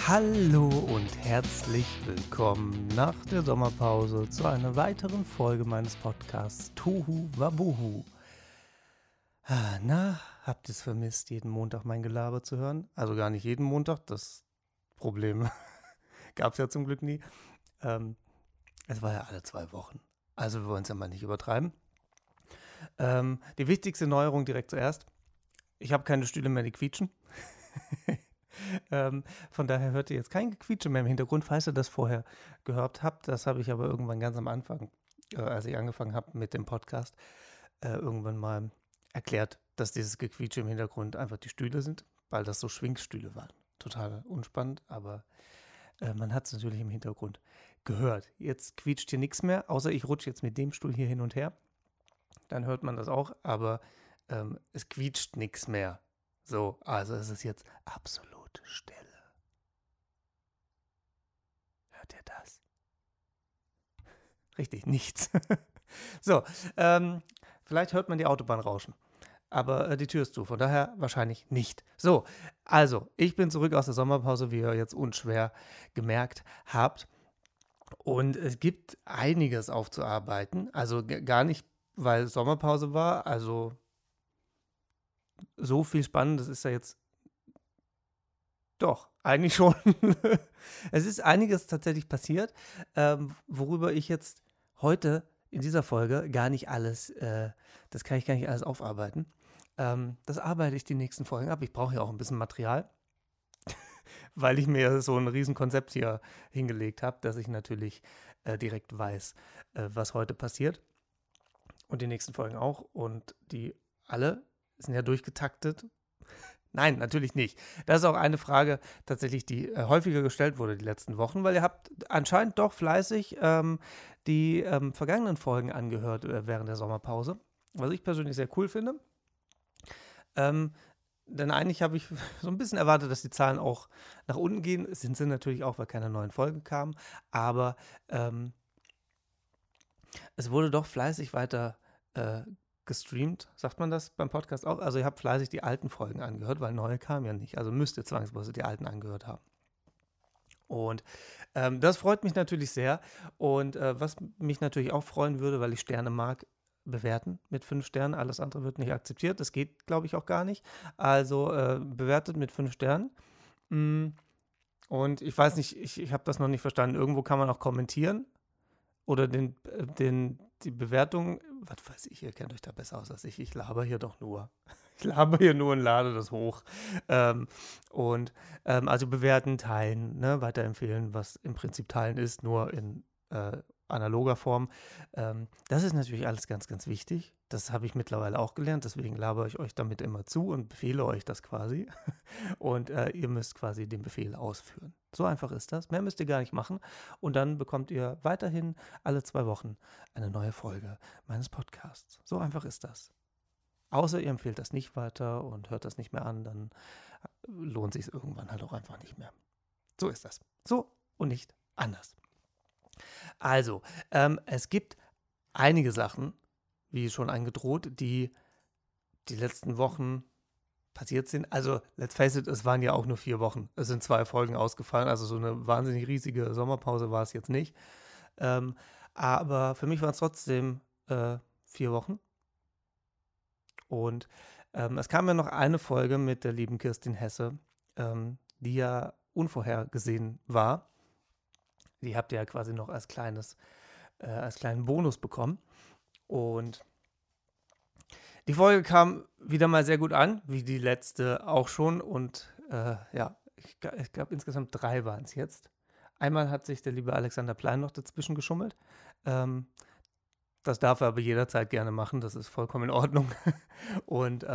Hallo und herzlich willkommen nach der Sommerpause zu einer weiteren Folge meines Podcasts Tohu Wabohu. Na, habt ihr es vermisst, jeden Montag mein Gelaber zu hören? Also gar nicht jeden Montag, das Problem gab es ja zum Glück nie. Es war ja alle 2 Wochen, also wir wollen es ja mal nicht übertreiben. Die wichtigste Neuerung direkt zuerst: Ich habe keine Stühle mehr, die quietschen. Von daher hört ihr jetzt kein Gequietsche mehr im Hintergrund, falls ihr das vorher gehört habt. Das habe ich aber irgendwann ganz am Anfang, als ich angefangen habe mit dem Podcast, irgendwann mal erklärt, dass dieses Gequietsche im Hintergrund einfach die Stühle sind, weil das so Schwingstühle waren. Total unspannend, aber man hat es natürlich im Hintergrund gehört. Jetzt quietscht hier nichts mehr, außer ich rutsche jetzt mit dem Stuhl hier hin und her. Dann hört man das auch, aber es quietscht nichts mehr. So, also es ist jetzt absolut Stille. Hört ihr das? Richtig, nichts. So, vielleicht hört man die Autobahn rauschen. Aber die Tür ist zu, von daher wahrscheinlich nicht. So, also, ich bin zurück aus der Sommerpause, wie ihr jetzt unschwer gemerkt habt. Und es gibt einiges aufzuarbeiten. Also gar nicht, weil Sommerpause war. Also so viel Spannendes ist ja jetzt doch, eigentlich schon. Es ist einiges tatsächlich passiert, worüber ich jetzt heute in dieser Folge gar nicht alles, das kann ich gar nicht alles aufarbeiten. Das arbeite ich die nächsten Folgen ab. Ich brauche ja auch ein bisschen Material, weil ich mir so ein Riesenkonzept hier hingelegt habe, dass ich natürlich direkt weiß, was heute passiert. Und die nächsten Folgen auch. Und die alle sind ja durchgetaktet. Nein, natürlich nicht. Das ist auch eine Frage tatsächlich, die häufiger gestellt wurde die letzten Wochen, weil ihr habt anscheinend doch fleißig die vergangenen Folgen angehört während der Sommerpause, was ich persönlich sehr cool finde. Denn eigentlich habe ich so ein bisschen erwartet, dass die Zahlen auch nach unten gehen. Sind sie natürlich auch, weil keine neuen Folgen kamen. Aber es wurde doch fleißig weiter gestreamt, sagt man das beim Podcast auch? Also ihr habt fleißig die alten Folgen angehört, weil neue kamen ja nicht. Also müsst ihr zwangsweise die alten angehört haben. Und das freut mich natürlich sehr. Und was mich natürlich auch freuen würde, weil ich Sterne mag, bewerten mit 5 Sternen. Alles andere wird nicht akzeptiert. Das geht, glaube ich, auch gar nicht. Also bewertet mit 5 Sternen. Und ich weiß nicht, ich habe das noch nicht verstanden. Irgendwo kann man auch kommentieren oder die Bewertung, was weiß ich, ihr kennt euch da besser aus als ich. Ich laber hier doch nur. Ich laber hier nur und lade das hoch. Also bewerten, teilen, ne, weiterempfehlen, was im Prinzip teilen ist, nur in analoger Form. Das ist natürlich alles ganz, ganz wichtig. Das habe ich mittlerweile auch gelernt, deswegen labere ich euch damit immer zu und befehle euch das quasi. Und ihr müsst quasi den Befehl ausführen. So einfach ist das. Mehr müsst ihr gar nicht machen. Und dann bekommt ihr weiterhin alle 2 Wochen eine neue Folge meines Podcasts. So einfach ist das. Außer ihr empfehlt das nicht weiter und hört das nicht mehr an, dann lohnt sich es irgendwann halt auch einfach nicht mehr. So ist das. So und nicht anders. Also, es gibt einige Sachen, wie schon angedroht, die letzten Wochen passiert sind. Also, let's face it, es waren ja auch nur 4 Wochen. Es sind 2 Folgen ausgefallen, also so eine wahnsinnig riesige Sommerpause war es jetzt nicht. Aber für mich waren es trotzdem 4 Wochen. Und es kam ja noch eine Folge mit der lieben Kirstin Hesse, die ja unvorhergesehen war. Die habt ihr ja quasi noch als kleinen Bonus bekommen. Und die Folge kam wieder mal sehr gut an, wie die letzte auch schon. Und ich glaube insgesamt 3 waren es jetzt. Einmal hat sich der liebe Alexander Plein noch dazwischen geschummelt. Das darf er aber jederzeit gerne machen, das ist vollkommen in Ordnung. Und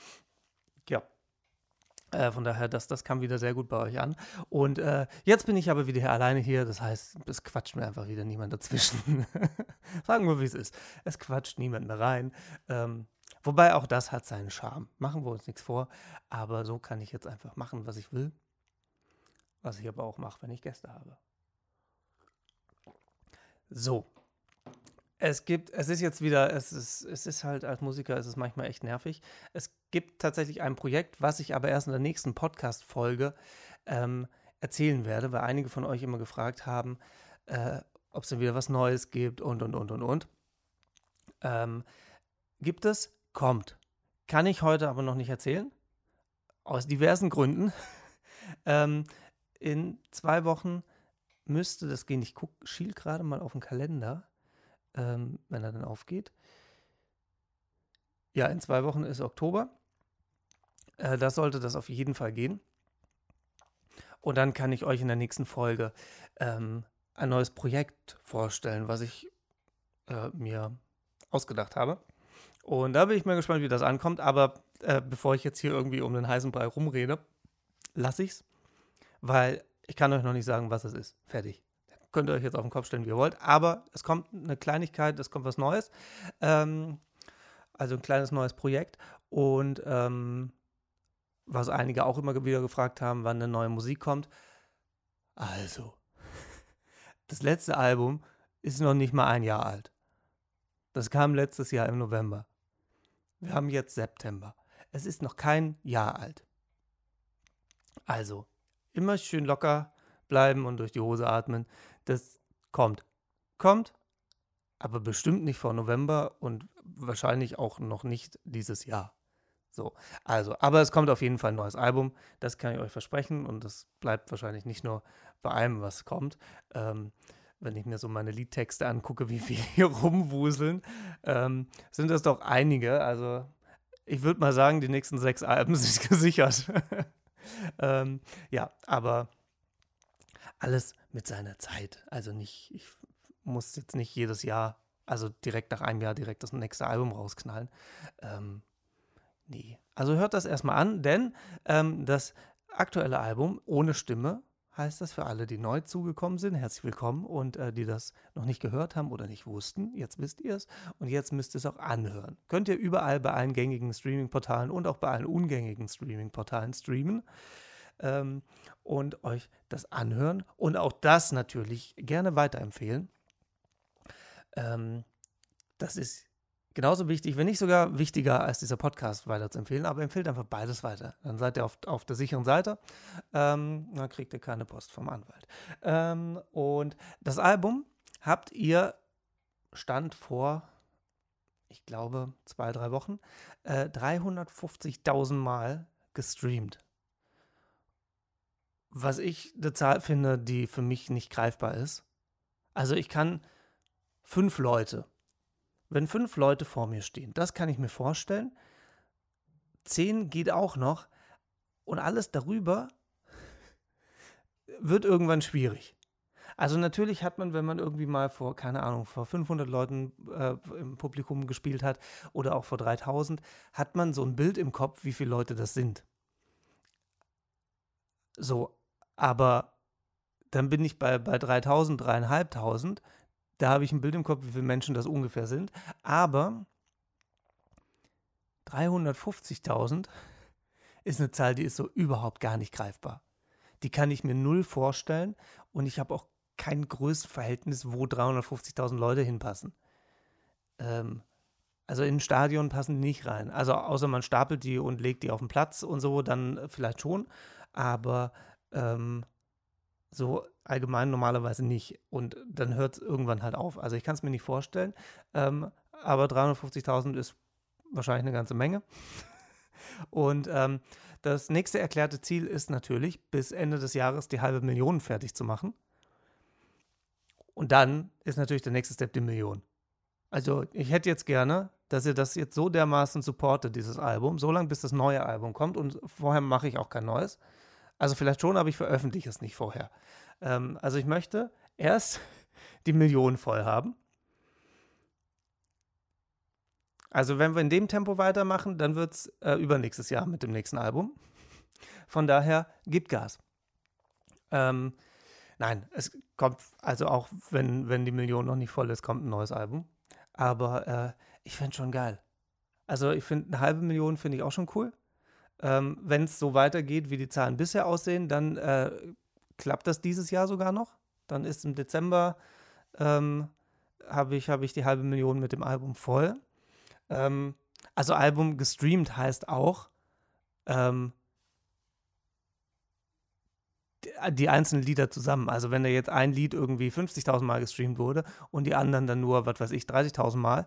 von daher, das kam wieder sehr gut bei euch an. Und jetzt bin ich aber wieder alleine hier, das heißt, es quatscht mir einfach wieder niemand dazwischen. Sagen wir, wie es ist. Es quatscht niemand mehr rein. Wobei auch das hat seinen Charme. Machen wir uns nichts vor. Aber so kann ich jetzt einfach machen, was ich will. Was ich aber auch mache, wenn ich Gäste habe. So. Es ist jetzt wieder, es ist halt als Musiker, ist es manchmal echt nervig. Es gibt tatsächlich ein Projekt, was ich aber erst in der nächsten Podcast-Folge erzählen werde, weil einige von euch immer gefragt haben, ob es denn wieder was Neues gibt und. Gibt es? Kommt. Kann ich heute aber noch nicht erzählen, aus diversen Gründen. In 2 Wochen müsste das gehen. Ich schiel gerade mal auf den Kalender, wenn er dann aufgeht. Ja, in 2 Wochen ist Oktober. Da sollte das auf jeden Fall gehen. Und dann kann ich euch in der nächsten Folge ein neues Projekt vorstellen, was ich mir ausgedacht habe. Und da bin ich mal gespannt, wie das ankommt. Aber bevor ich jetzt hier irgendwie um den heißen Brei rumrede, lasse ich's, weil ich kann euch noch nicht sagen, was es ist. Fertig. Könnt ihr euch jetzt auf den Kopf stellen, wie ihr wollt. Aber es kommt eine Kleinigkeit, es kommt was Neues. Also ein kleines neues Projekt. Und was einige auch immer wieder gefragt haben, wann eine neue Musik kommt. Also, das letzte Album ist noch nicht mal 1 Jahr alt. Das kam letztes Jahr im November. Wir haben jetzt September. Es ist noch kein Jahr alt. Also, immer schön locker bleiben und durch die Hose atmen. Das kommt. Kommt, aber bestimmt nicht vor November und wahrscheinlich auch noch nicht dieses Jahr. So, also, aber es kommt auf jeden Fall ein neues Album, das kann ich euch versprechen und das bleibt wahrscheinlich nicht nur bei einem, was kommt. Wenn ich mir so meine Liedtexte angucke, wie wir hier rumwuseln, sind das doch einige. Also, ich würde mal sagen, die nächsten 6 Alben sind gesichert. Ja, aber alles mit seiner Zeit. Also nicht, ich muss jetzt nicht jedes Jahr, also direkt nach einem Jahr direkt das nächste Album rausknallen. Nee. Also hört das erstmal an, denn das aktuelle Album ohne Stimme heißt das für alle, die neu zugekommen sind. Herzlich willkommen und die das noch nicht gehört haben oder nicht wussten. Jetzt wisst ihr es und jetzt müsst ihr es auch anhören. Könnt ihr überall bei allen gängigen Streaming-Portalen und auch bei allen ungängigen Streaming-Portalen streamen und euch das anhören und auch das natürlich gerne weiterempfehlen. Das ist genauso wichtig, wenn nicht sogar wichtiger als dieser Podcast weiterzuempfehlen, aber empfehlt einfach beides weiter. Dann seid ihr auf der sicheren Seite. Dann kriegt ihr keine Post vom Anwalt. Und das Album habt ihr, Stand vor, ich glaube, 2, 3 Wochen, 350.000 Mal gestreamt. Was ich eine Zahl finde, die für mich nicht greifbar ist. Also ich kann 5 Leute, wenn 5 Leute vor mir stehen, das kann ich mir vorstellen. 10 geht auch noch. Und alles darüber wird irgendwann schwierig. Also natürlich hat man, wenn man irgendwie mal vor, keine Ahnung, vor 500 Leuten im Publikum gespielt hat oder auch vor 3000, hat man so ein Bild im Kopf, wie viele Leute das sind. So, aber dann bin ich bei 3000, 3500. Da habe ich ein Bild im Kopf, wie viele Menschen das ungefähr sind. Aber 350.000 ist eine Zahl, die ist so überhaupt gar nicht greifbar. Die kann ich mir null vorstellen und ich habe auch kein Größenverhältnis, wo 350.000 Leute hinpassen. Also in ein Stadion passen die nicht rein. Also außer man stapelt die und legt die auf den Platz und so, dann vielleicht schon. Aber so allgemein normalerweise nicht. Und dann hört es irgendwann halt auf. Also ich kann es mir nicht vorstellen. Aber 350.000 ist wahrscheinlich eine ganze Menge. Und das nächste erklärte Ziel ist natürlich, bis Ende des Jahres die 500.000 fertig zu machen. Und dann ist natürlich der nächste Step die Million. Also ich hätte jetzt gerne, dass ihr das jetzt so dermaßen supportet, dieses Album, so lange bis das neue Album kommt. Und vorher mache ich auch kein neues. Also vielleicht schon, aber ich veröffentliche es nicht vorher. Also ich möchte erst die Million voll haben. Also wenn wir in dem Tempo weitermachen, dann wird es übernächstes Jahr mit dem nächsten Album. Von daher, gibt Gas. Nein, es kommt, also auch wenn die Million noch nicht voll ist, kommt ein neues Album. Aber ich fände es schon geil. Also ich finde, 500.000 finde ich auch schon cool. Wenn es so weitergeht, wie die Zahlen bisher aussehen, dann klappt das dieses Jahr sogar noch. Dann ist im Dezember habe ich die 500.000 mit dem Album voll. Also Album gestreamt heißt auch, die einzelnen Lieder zusammen. Also wenn da jetzt ein Lied irgendwie 50.000 Mal gestreamt wurde und die anderen dann nur, was weiß ich, 30.000 Mal,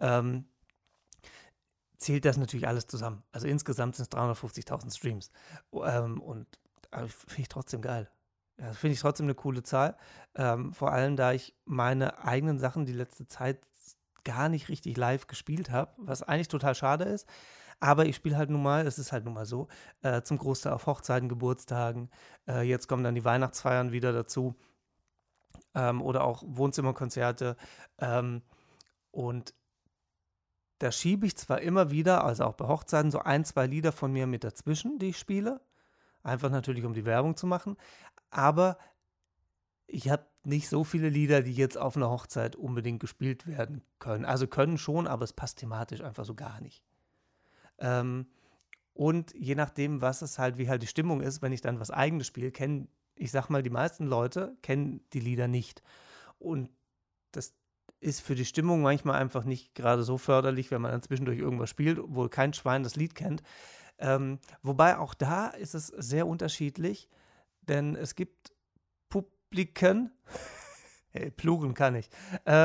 zählt das natürlich alles zusammen. Also insgesamt sind es 350.000 Streams. Und finde ich trotzdem geil. Ja, finde ich trotzdem eine coole Zahl. Vor allem, da ich meine eigenen Sachen die letzte Zeit gar nicht richtig live gespielt habe, was eigentlich total schade ist. Aber ich spiele halt nun mal, es ist halt nun mal so, zum Großteil auf Hochzeiten, Geburtstagen. Jetzt kommen dann die Weihnachtsfeiern wieder dazu. Oder auch Wohnzimmerkonzerte. Und da schiebe ich zwar immer wieder, also auch bei Hochzeiten, so 1, 2 Lieder von mir mit dazwischen, die ich spiele. Einfach natürlich, um die Werbung zu machen. Aber ich habe nicht so viele Lieder, die jetzt auf einer Hochzeit unbedingt gespielt werden können. Also können schon, aber es passt thematisch einfach so gar nicht. Und je nachdem, was es halt, wie halt die Stimmung ist, wenn ich dann was Eigenes spiele, ich sag mal, die meisten Leute kennen die Lieder nicht. Und das ist für die Stimmung manchmal einfach nicht gerade so förderlich, wenn man dann zwischendurch irgendwas spielt, wo kein Schwein das Lied kennt. Wobei auch da ist es sehr unterschiedlich, denn es gibt Publiken, hey, Pluren kann ich,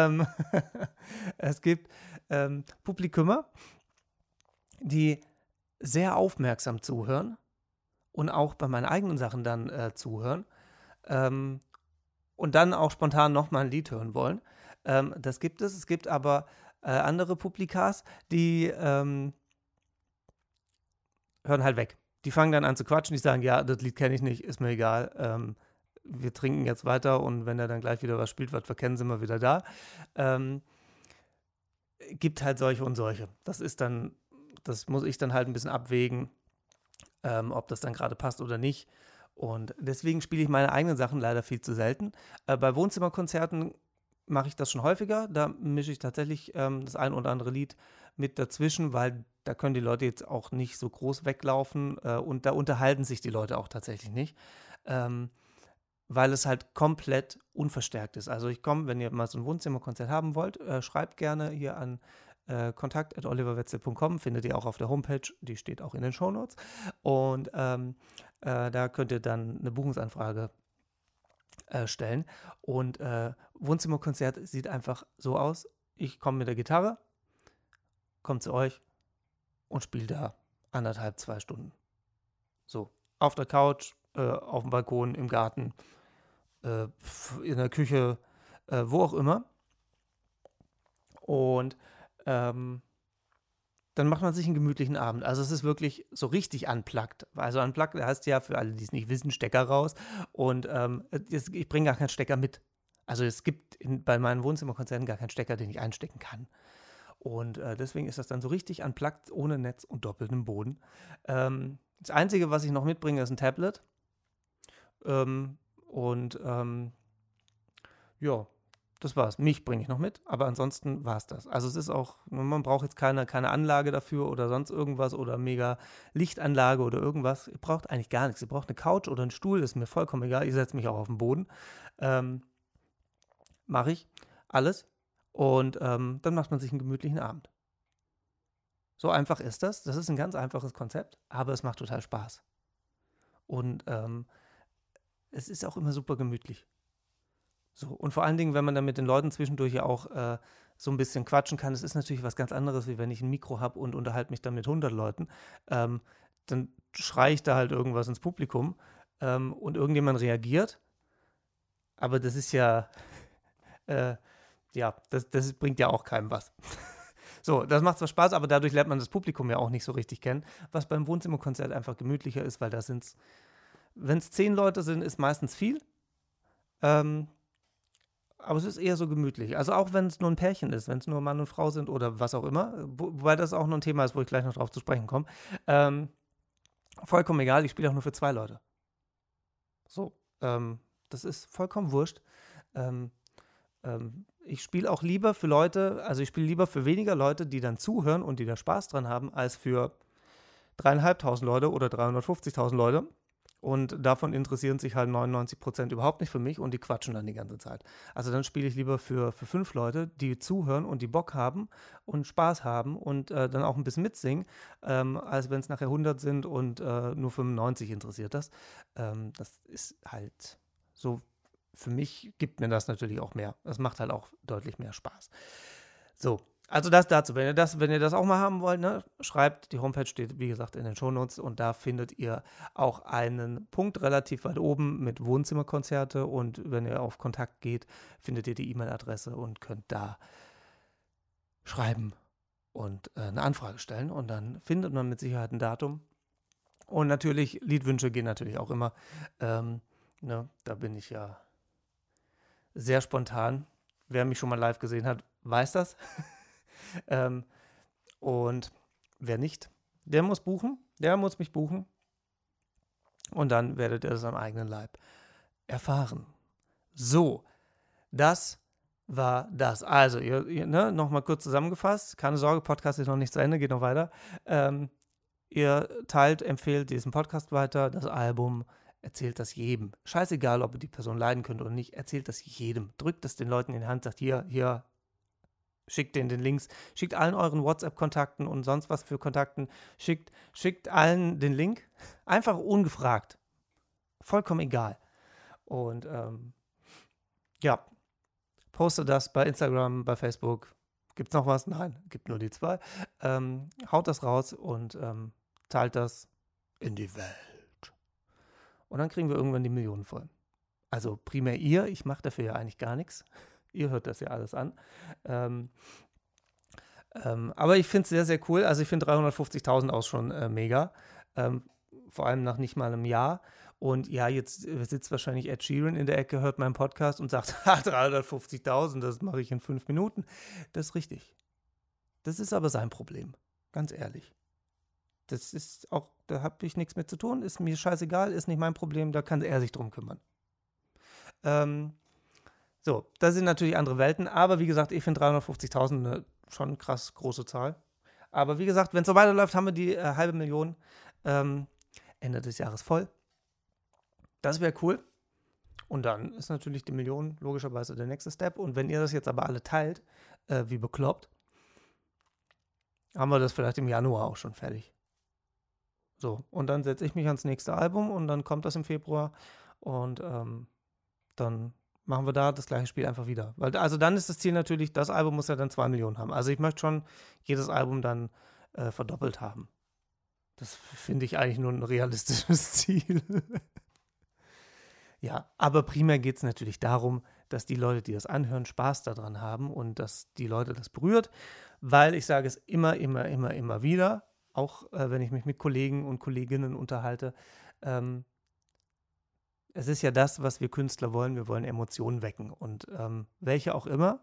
es gibt Publikumer, die sehr aufmerksam zuhören und auch bei meinen eigenen Sachen dann zuhören und dann auch spontan nochmal ein Lied hören wollen. Das gibt es. Es gibt aber andere Publikas, die hören halt weg. Die fangen dann an zu quatschen, die sagen, ja, das Lied kenne ich nicht, ist mir egal. Wir trinken jetzt weiter und wenn er dann gleich wieder was spielt, was wir kennen, sind wir wieder da. Gibt halt solche und solche. Das muss ich dann halt ein bisschen abwägen, ob das dann gerade passt oder nicht. Und deswegen spiele ich meine eigenen Sachen leider viel zu selten. Bei Wohnzimmerkonzerten mache ich das schon häufiger. Da mische ich tatsächlich das ein oder andere Lied mit dazwischen, weil da können die Leute jetzt auch nicht so groß weglaufen und da unterhalten sich die Leute auch tatsächlich nicht, weil es halt komplett unverstärkt ist. Also wenn ihr mal so ein Wohnzimmerkonzert haben wollt, schreibt gerne hier an kontakt@oliverwetzel.com, findet ihr auch auf der Homepage, die steht auch in den Shownotes. Und da könnt ihr dann eine Buchungsanfrage stellen. Und Wohnzimmerkonzert sieht einfach so aus: Ich komme mit der Gitarre, komme zu euch und spiele da 1,5, 2 Stunden. So, auf der Couch, auf dem Balkon, im Garten, in der Küche, wo auch immer. Und dann macht man sich einen gemütlichen Abend. Also es ist wirklich so richtig unplugged. Also unplugged heißt ja, für alle, die es nicht wissen, Stecker raus. Und ich bringe gar keinen Stecker mit. Also es gibt bei meinen Wohnzimmerkonzerten gar keinen Stecker, den ich einstecken kann. Und deswegen ist das dann so richtig unplugged, ohne Netz und doppeltem Boden. Das Einzige, was ich noch mitbringe, ist ein Tablet. Ja, das war's. Mich bringe ich noch mit, aber ansonsten war's das. Also es ist auch, man braucht jetzt keine Anlage dafür oder sonst irgendwas oder mega Lichtanlage oder irgendwas. Ihr braucht eigentlich gar nichts. Ihr braucht eine Couch oder einen Stuhl, das ist mir vollkommen egal. Ich setze mich auch auf den Boden. Mache ich alles. Und dann macht man sich einen gemütlichen Abend. So einfach ist das. Das ist ein ganz einfaches Konzept, aber es macht total Spaß. Und es ist auch immer super gemütlich. So, und vor allen Dingen, wenn man dann mit den Leuten zwischendurch ja auch so ein bisschen quatschen kann, es ist natürlich was ganz anderes, wie wenn ich ein Mikro habe und unterhalte mich dann mit 100 Leuten. Dann schreie ich da halt irgendwas ins Publikum und irgendjemand reagiert. Aber das ist ja, das bringt ja auch keinem was. So, das macht zwar Spaß, aber dadurch lernt man das Publikum ja auch nicht so richtig kennen, was beim Wohnzimmerkonzert einfach gemütlicher ist, weil wenn es 10 Leute sind, ist meistens viel. Aber es ist eher so gemütlich. Also auch wenn es nur ein Pärchen ist, wenn es nur Mann und Frau sind oder was auch immer, wobei das auch noch ein Thema ist, wo ich gleich noch drauf zu sprechen komme. Vollkommen egal, ich spiele auch nur für 2 Leute. So, das ist vollkommen wurscht. Ich spiele auch lieber für Leute, also ich spiele lieber für weniger Leute, die dann zuhören und die da Spaß dran haben, als für 3.500 Leute oder 350.000 Leute, Und davon interessieren sich halt 99% überhaupt nicht für mich und die quatschen dann die ganze Zeit. Also dann spiele ich lieber für 5 Leute, die zuhören und die Bock haben und Spaß haben und dann auch ein bisschen mitsingen, als wenn es nachher 100 sind und nur 95 interessiert das. Das ist halt so, für mich gibt mir das natürlich auch mehr. Das macht halt auch deutlich mehr Spaß. So, also das dazu. Wenn ihr das auch mal haben wollt, ne, schreibt, die Homepage steht, wie gesagt, in den Shownotes und da findet ihr auch einen Punkt relativ weit oben mit Wohnzimmerkonzerte und wenn ihr auf Kontakt geht, findet ihr die E-Mail-Adresse und könnt da schreiben und eine Anfrage stellen und dann findet man mit Sicherheit ein Datum. Und natürlich, Liedwünsche gehen natürlich auch immer. Ne, da bin ich ja sehr spontan. Wer mich schon mal live gesehen hat, weiß das. Ähm, und wer nicht, der muss buchen, der muss mich buchen. Und dann werdet ihr das am eigenen Leib erfahren. So, das war das. Also, ne, nochmal kurz zusammengefasst. Keine Sorge, Podcast ist noch nicht zu Ende, geht noch weiter. Ihr teilt, empfehlt diesen Podcast weiter, das Album, erzählt das jedem. Scheißegal, ob ihr die Person leiden könnt oder nicht, erzählt das jedem. Drückt es den Leuten in die Hand, sagt hier, schickt denen den Links, schickt allen euren WhatsApp-Kontakten und sonst was für Kontakten, schickt allen den Link, einfach ungefragt, vollkommen egal. Und ja, poste das bei Instagram, bei Facebook. Gibt's noch was? Nein, gibt nur die 2. Haut das raus und teilt das in die Welt. Und dann kriegen wir irgendwann die Millionen voll. Also primär ihr, ich mache dafür ja eigentlich gar nichts. Ihr hört das ja alles an. Aber ich finde es sehr, sehr cool. Also ich finde 350.000 auch schon mega. Vor allem nach nicht mal einem Jahr. Und ja, jetzt sitzt wahrscheinlich Ed Sheeran in der Ecke, hört meinen Podcast und sagt, 350.000, das mache ich in 5 Minuten. Das ist richtig. Das ist aber sein Problem. Ganz ehrlich. Das ist auch, da habe ich nichts mit zu tun, ist mir scheißegal, ist nicht mein Problem, da kann er sich drum kümmern. So, das sind natürlich andere Welten, aber wie gesagt, ich finde 350.000 eine schon krass große Zahl. Aber wie gesagt, wenn es so weiterläuft, haben wir die 500.000 Ende des Jahres voll. Das wäre cool. Und dann ist natürlich die Million logischerweise der nächste Step. Und wenn ihr das jetzt aber alle teilt, wie bekloppt, haben wir das vielleicht im Januar auch schon fertig. So, und dann setze ich mich ans nächste Album und dann kommt das im Februar und dann machen wir da das gleiche Spiel einfach wieder. Weil, also dann ist das Ziel natürlich, das Album muss ja dann 2 Millionen haben. Also ich möchte schon jedes Album dann verdoppelt haben. Das finde ich eigentlich nur ein realistisches Ziel. Ja, aber primär geht es natürlich darum, dass die Leute, die das anhören, Spaß daran haben und dass die Leute das berührt, weil ich sage es immer wieder, auch wenn ich mich mit Kollegen und Kolleginnen unterhalte, es ist ja das, was wir Künstler wollen. Wir wollen Emotionen wecken und welche auch immer,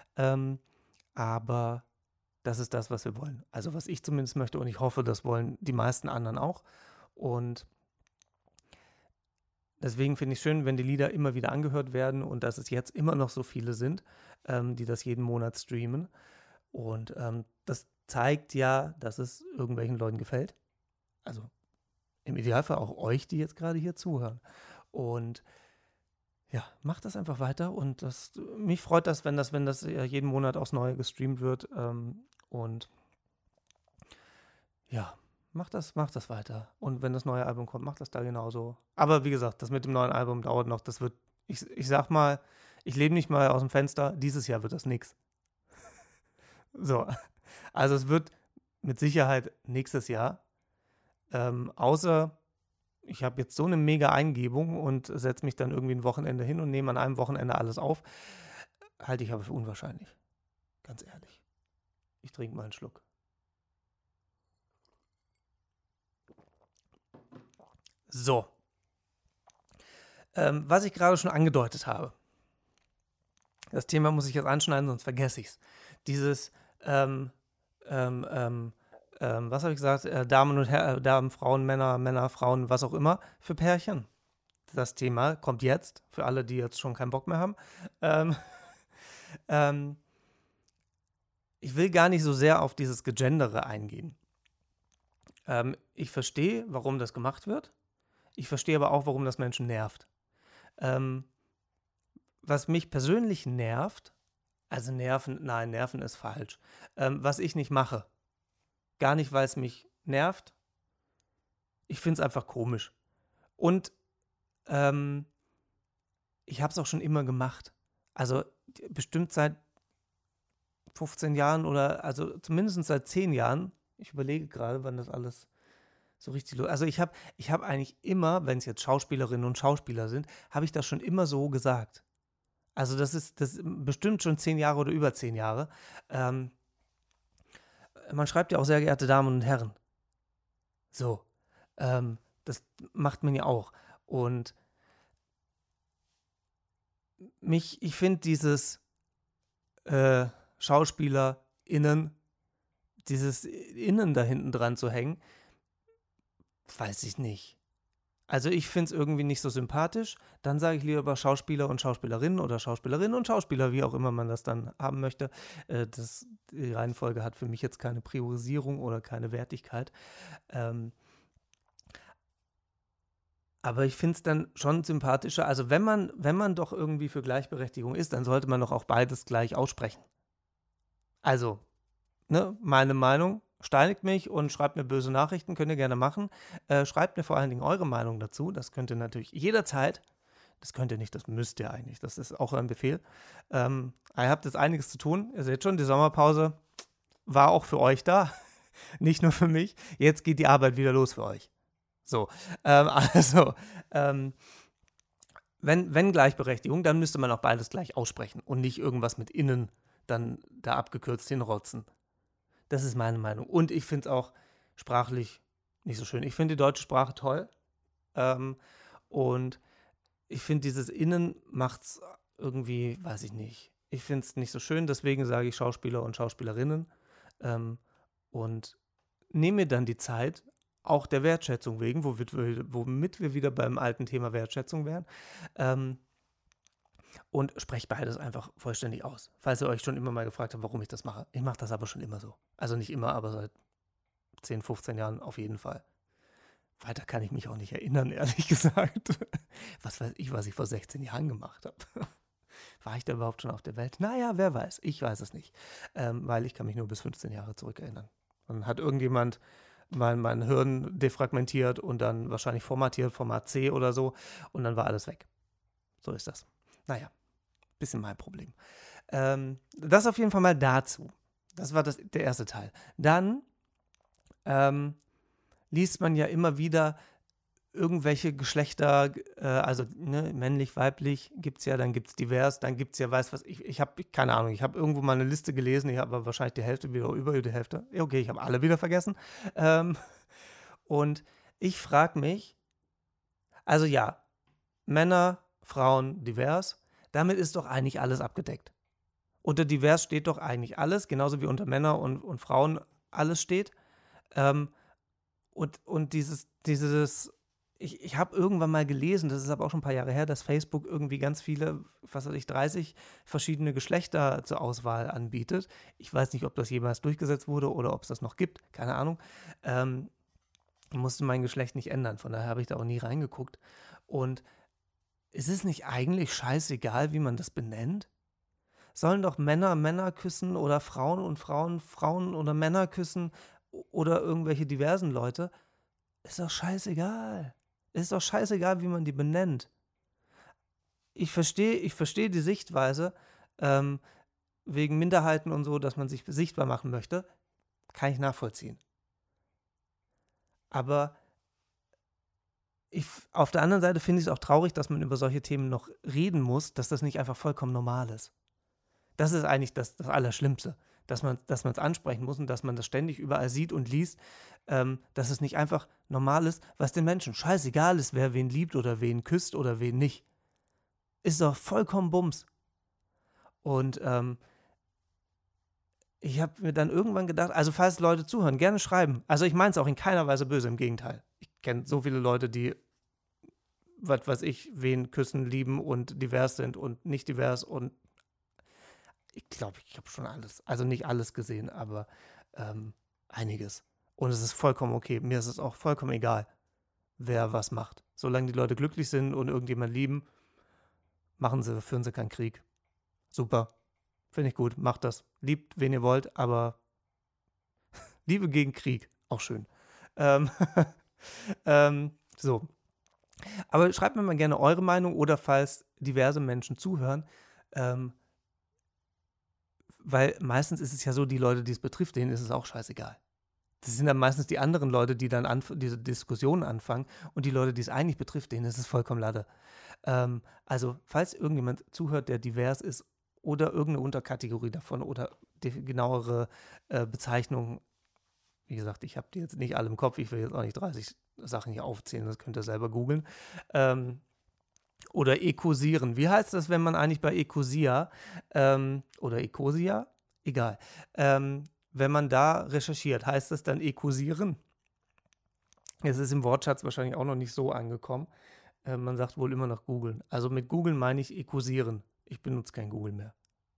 aber das ist das, was wir wollen. Also was ich zumindest möchte und ich hoffe, das wollen die meisten anderen auch. Und deswegen finde ich es schön, wenn die Lieder immer wieder angehört werden und dass es jetzt immer noch so viele sind, die das jeden Monat streamen. Und das zeigt ja, dass es irgendwelchen Leuten gefällt. Also im Idealfall auch euch, die jetzt gerade hier zuhören. Und ja, macht das einfach weiter. Und mich freut das, wenn das jeden Monat aufs Neue gestreamt wird. Und ja, macht das weiter. Und wenn das neue Album kommt, macht das da genauso. Aber wie gesagt, das mit dem neuen Album dauert noch. Das wird, ich sag mal, ich lehne nicht mal aus dem Fenster. Dieses Jahr wird das nix. So, also es wird mit Sicherheit nächstes Jahr. Außer ich habe jetzt so eine mega Eingebung und setze mich dann irgendwie ein Wochenende hin und nehme an einem Wochenende alles auf. Halte ich aber für unwahrscheinlich. Ganz ehrlich. Ich trinke mal einen Schluck. So. Was ich gerade schon angedeutet habe. Das Thema muss ich jetzt anschneiden, sonst vergesse ich es. Dieses, was habe ich gesagt? Damen und Herren, Damen, Frauen, Männer, Frauen, was auch immer für Pärchen. Das Thema kommt jetzt, für alle, die jetzt schon keinen Bock mehr haben. Ich will gar nicht so sehr auf dieses Gegendere eingehen. Ich verstehe, warum das gemacht wird. Ich verstehe aber auch, warum das Menschen nervt. Ähm, was mich persönlich nervt, also nerven ist falsch, was ich nicht mache, gar nicht, weil es mich nervt, ich finde es einfach komisch. Und ähm, ich habe es auch schon immer gemacht. Also bestimmt seit 15 Jahren oder also zumindest seit 10 Jahren. Ich überlege gerade, wann das alles so richtig los. Also ich hab eigentlich immer, wenn es jetzt Schauspielerinnen und Schauspieler sind, habe ich das schon immer so gesagt. Also das ist bestimmt schon 10 Jahre oder über 10 Jahre. Ähm, man schreibt ja auch sehr geehrte Damen und Herren. So. Das macht man ja auch. Und ich finde dieses SchauspielerInnen, dieses Innen da hinten dran zu hängen, weiß ich nicht. Also ich finde es irgendwie nicht so sympathisch. Dann sage ich lieber Schauspieler und Schauspielerinnen oder Schauspielerinnen und Schauspieler, wie auch immer man das dann haben möchte. Die Reihenfolge hat für mich jetzt keine Priorisierung oder keine Wertigkeit. Ähm, aber ich finde es dann schon sympathischer. Also wenn man doch irgendwie für Gleichberechtigung ist, dann sollte man doch auch beides gleich aussprechen. Also, ne, meine Meinung. Steinigt mich und schreibt mir böse Nachrichten, könnt ihr gerne machen. Schreibt mir vor allen Dingen eure Meinung dazu. Das könnt ihr natürlich jederzeit. Das könnt ihr nicht, das müsst ihr eigentlich. Das ist auch ein Befehl. Ihr habt jetzt einiges zu tun. Ihr seht schon, die Sommerpause war auch für euch da. Nicht nur für mich. Jetzt geht die Arbeit wieder los für euch. So, also, wenn Gleichberechtigung, dann müsste man auch beides gleich aussprechen und nicht irgendwas mit innen dann da abgekürzt hinrotzen. Das ist meine Meinung. Und ich finde es auch sprachlich nicht so schön. Ich finde die deutsche Sprache toll. Und ich finde, dieses Innen macht es irgendwie, weiß ich nicht. Ich finde es nicht so schön, deswegen sage ich Schauspieler und Schauspielerinnen. Und nehme mir dann die Zeit, auch der Wertschätzung wegen, womit wir wieder beim alten Thema Wertschätzung wären. Und spreche beides einfach vollständig aus. Falls ihr euch schon immer mal gefragt habt, warum ich das mache. Ich mache das aber schon immer so. Also nicht immer, aber seit 10, 15 Jahren auf jeden Fall. Weiter kann ich mich auch nicht erinnern, ehrlich gesagt. Was weiß ich, was ich vor 16 Jahren gemacht habe. War ich da überhaupt schon auf der Welt? Naja, wer weiß. Ich weiß es nicht. Weil ich kann mich nur bis 15 Jahre zurückerinnern. Dann hat irgendjemand mein Hirn defragmentiert und dann wahrscheinlich formatiert, Format C oder so. Und dann war alles weg. So ist das. Naja, bisschen mein Problem. Das auf jeden Fall mal dazu. Das war der erste Teil. Dann liest man ja immer wieder irgendwelche Geschlechter, also ne, männlich, weiblich gibt es ja, dann gibt es divers, dann gibt es ja, weiß was, ich habe, keine Ahnung, ich habe irgendwo mal eine Liste gelesen, ich habe aber wahrscheinlich die Hälfte wieder, über die Hälfte. Okay, ich habe alle wieder vergessen. Und ich frage mich, also ja, Männer, Frauen, divers, damit ist doch eigentlich alles abgedeckt. Unter divers steht doch eigentlich alles, genauso wie unter Männer und Frauen alles steht. Und ich habe irgendwann mal gelesen, das ist aber auch schon ein paar Jahre her, dass Facebook irgendwie ganz viele, was weiß ich, 30 verschiedene Geschlechter zur Auswahl anbietet. Ich weiß nicht, ob das jemals durchgesetzt wurde oder ob es das noch gibt, keine Ahnung. Ich musste mein Geschlecht nicht ändern, von daher habe ich da auch nie reingeguckt. Und ist es nicht eigentlich scheißegal, wie man das benennt? Sollen doch Männer Männer küssen oder Frauen und Frauen Frauen oder Männer küssen oder irgendwelche diversen Leute? Ist doch scheißegal. Ist doch scheißegal, wie man die benennt. Ich versteh die Sichtweise, wegen Minderheiten und so, dass man sich sichtbar machen möchte. Kann ich nachvollziehen. Aber auf der anderen Seite finde ich es auch traurig, dass man über solche Themen noch reden muss, dass das nicht einfach vollkommen normal ist. Das ist eigentlich das Allerschlimmste, dass man es ansprechen muss und dass man das ständig überall sieht und liest, dass es nicht einfach normal ist, was den Menschen scheißegal ist, wer wen liebt oder wen küsst oder wen nicht. Ist doch vollkommen Bums. Und ich habe mir dann irgendwann gedacht, also falls Leute zuhören, gerne schreiben. Also ich meine es auch in keiner Weise böse, im Gegenteil. Ich kenne so viele Leute, die, was weiß ich, wen küssen, lieben und divers sind und nicht divers und ich glaube, ich habe schon alles, also nicht alles gesehen, aber einiges. Und es ist vollkommen okay. Mir ist es auch vollkommen egal, wer was macht. Solange die Leute glücklich sind und irgendjemand lieben, führen sie keinen Krieg. Super. Finde ich gut. Macht das. Liebt, wen ihr wollt, aber Liebe gegen Krieg. Auch schön. Ähm, so. Aber schreibt mir mal gerne eure Meinung oder falls diverse Menschen zuhören, weil meistens ist es ja so, die Leute, die es betrifft, denen ist es auch scheißegal. Das sind dann meistens die anderen Leute, die dann diese Diskussionen anfangen und die Leute, die es eigentlich betrifft, denen ist es vollkommen Latte. Also, falls irgendjemand zuhört, der divers ist oder irgendeine Unterkategorie davon oder genauere Bezeichnungen, wie gesagt, ich habe die jetzt nicht alle im Kopf, ich will jetzt auch nicht 30 Sachen hier aufzählen, das könnt ihr selber googeln. Oder ekosieren. Wie heißt das, wenn man eigentlich bei Ecosia oder Ecosia? Egal. Wenn man da recherchiert, heißt das dann ekosieren? Es ist im Wortschatz wahrscheinlich auch noch nicht so angekommen. Man sagt wohl immer noch googeln. Also mit googeln meine ich ekosieren. Ich benutze kein Google mehr.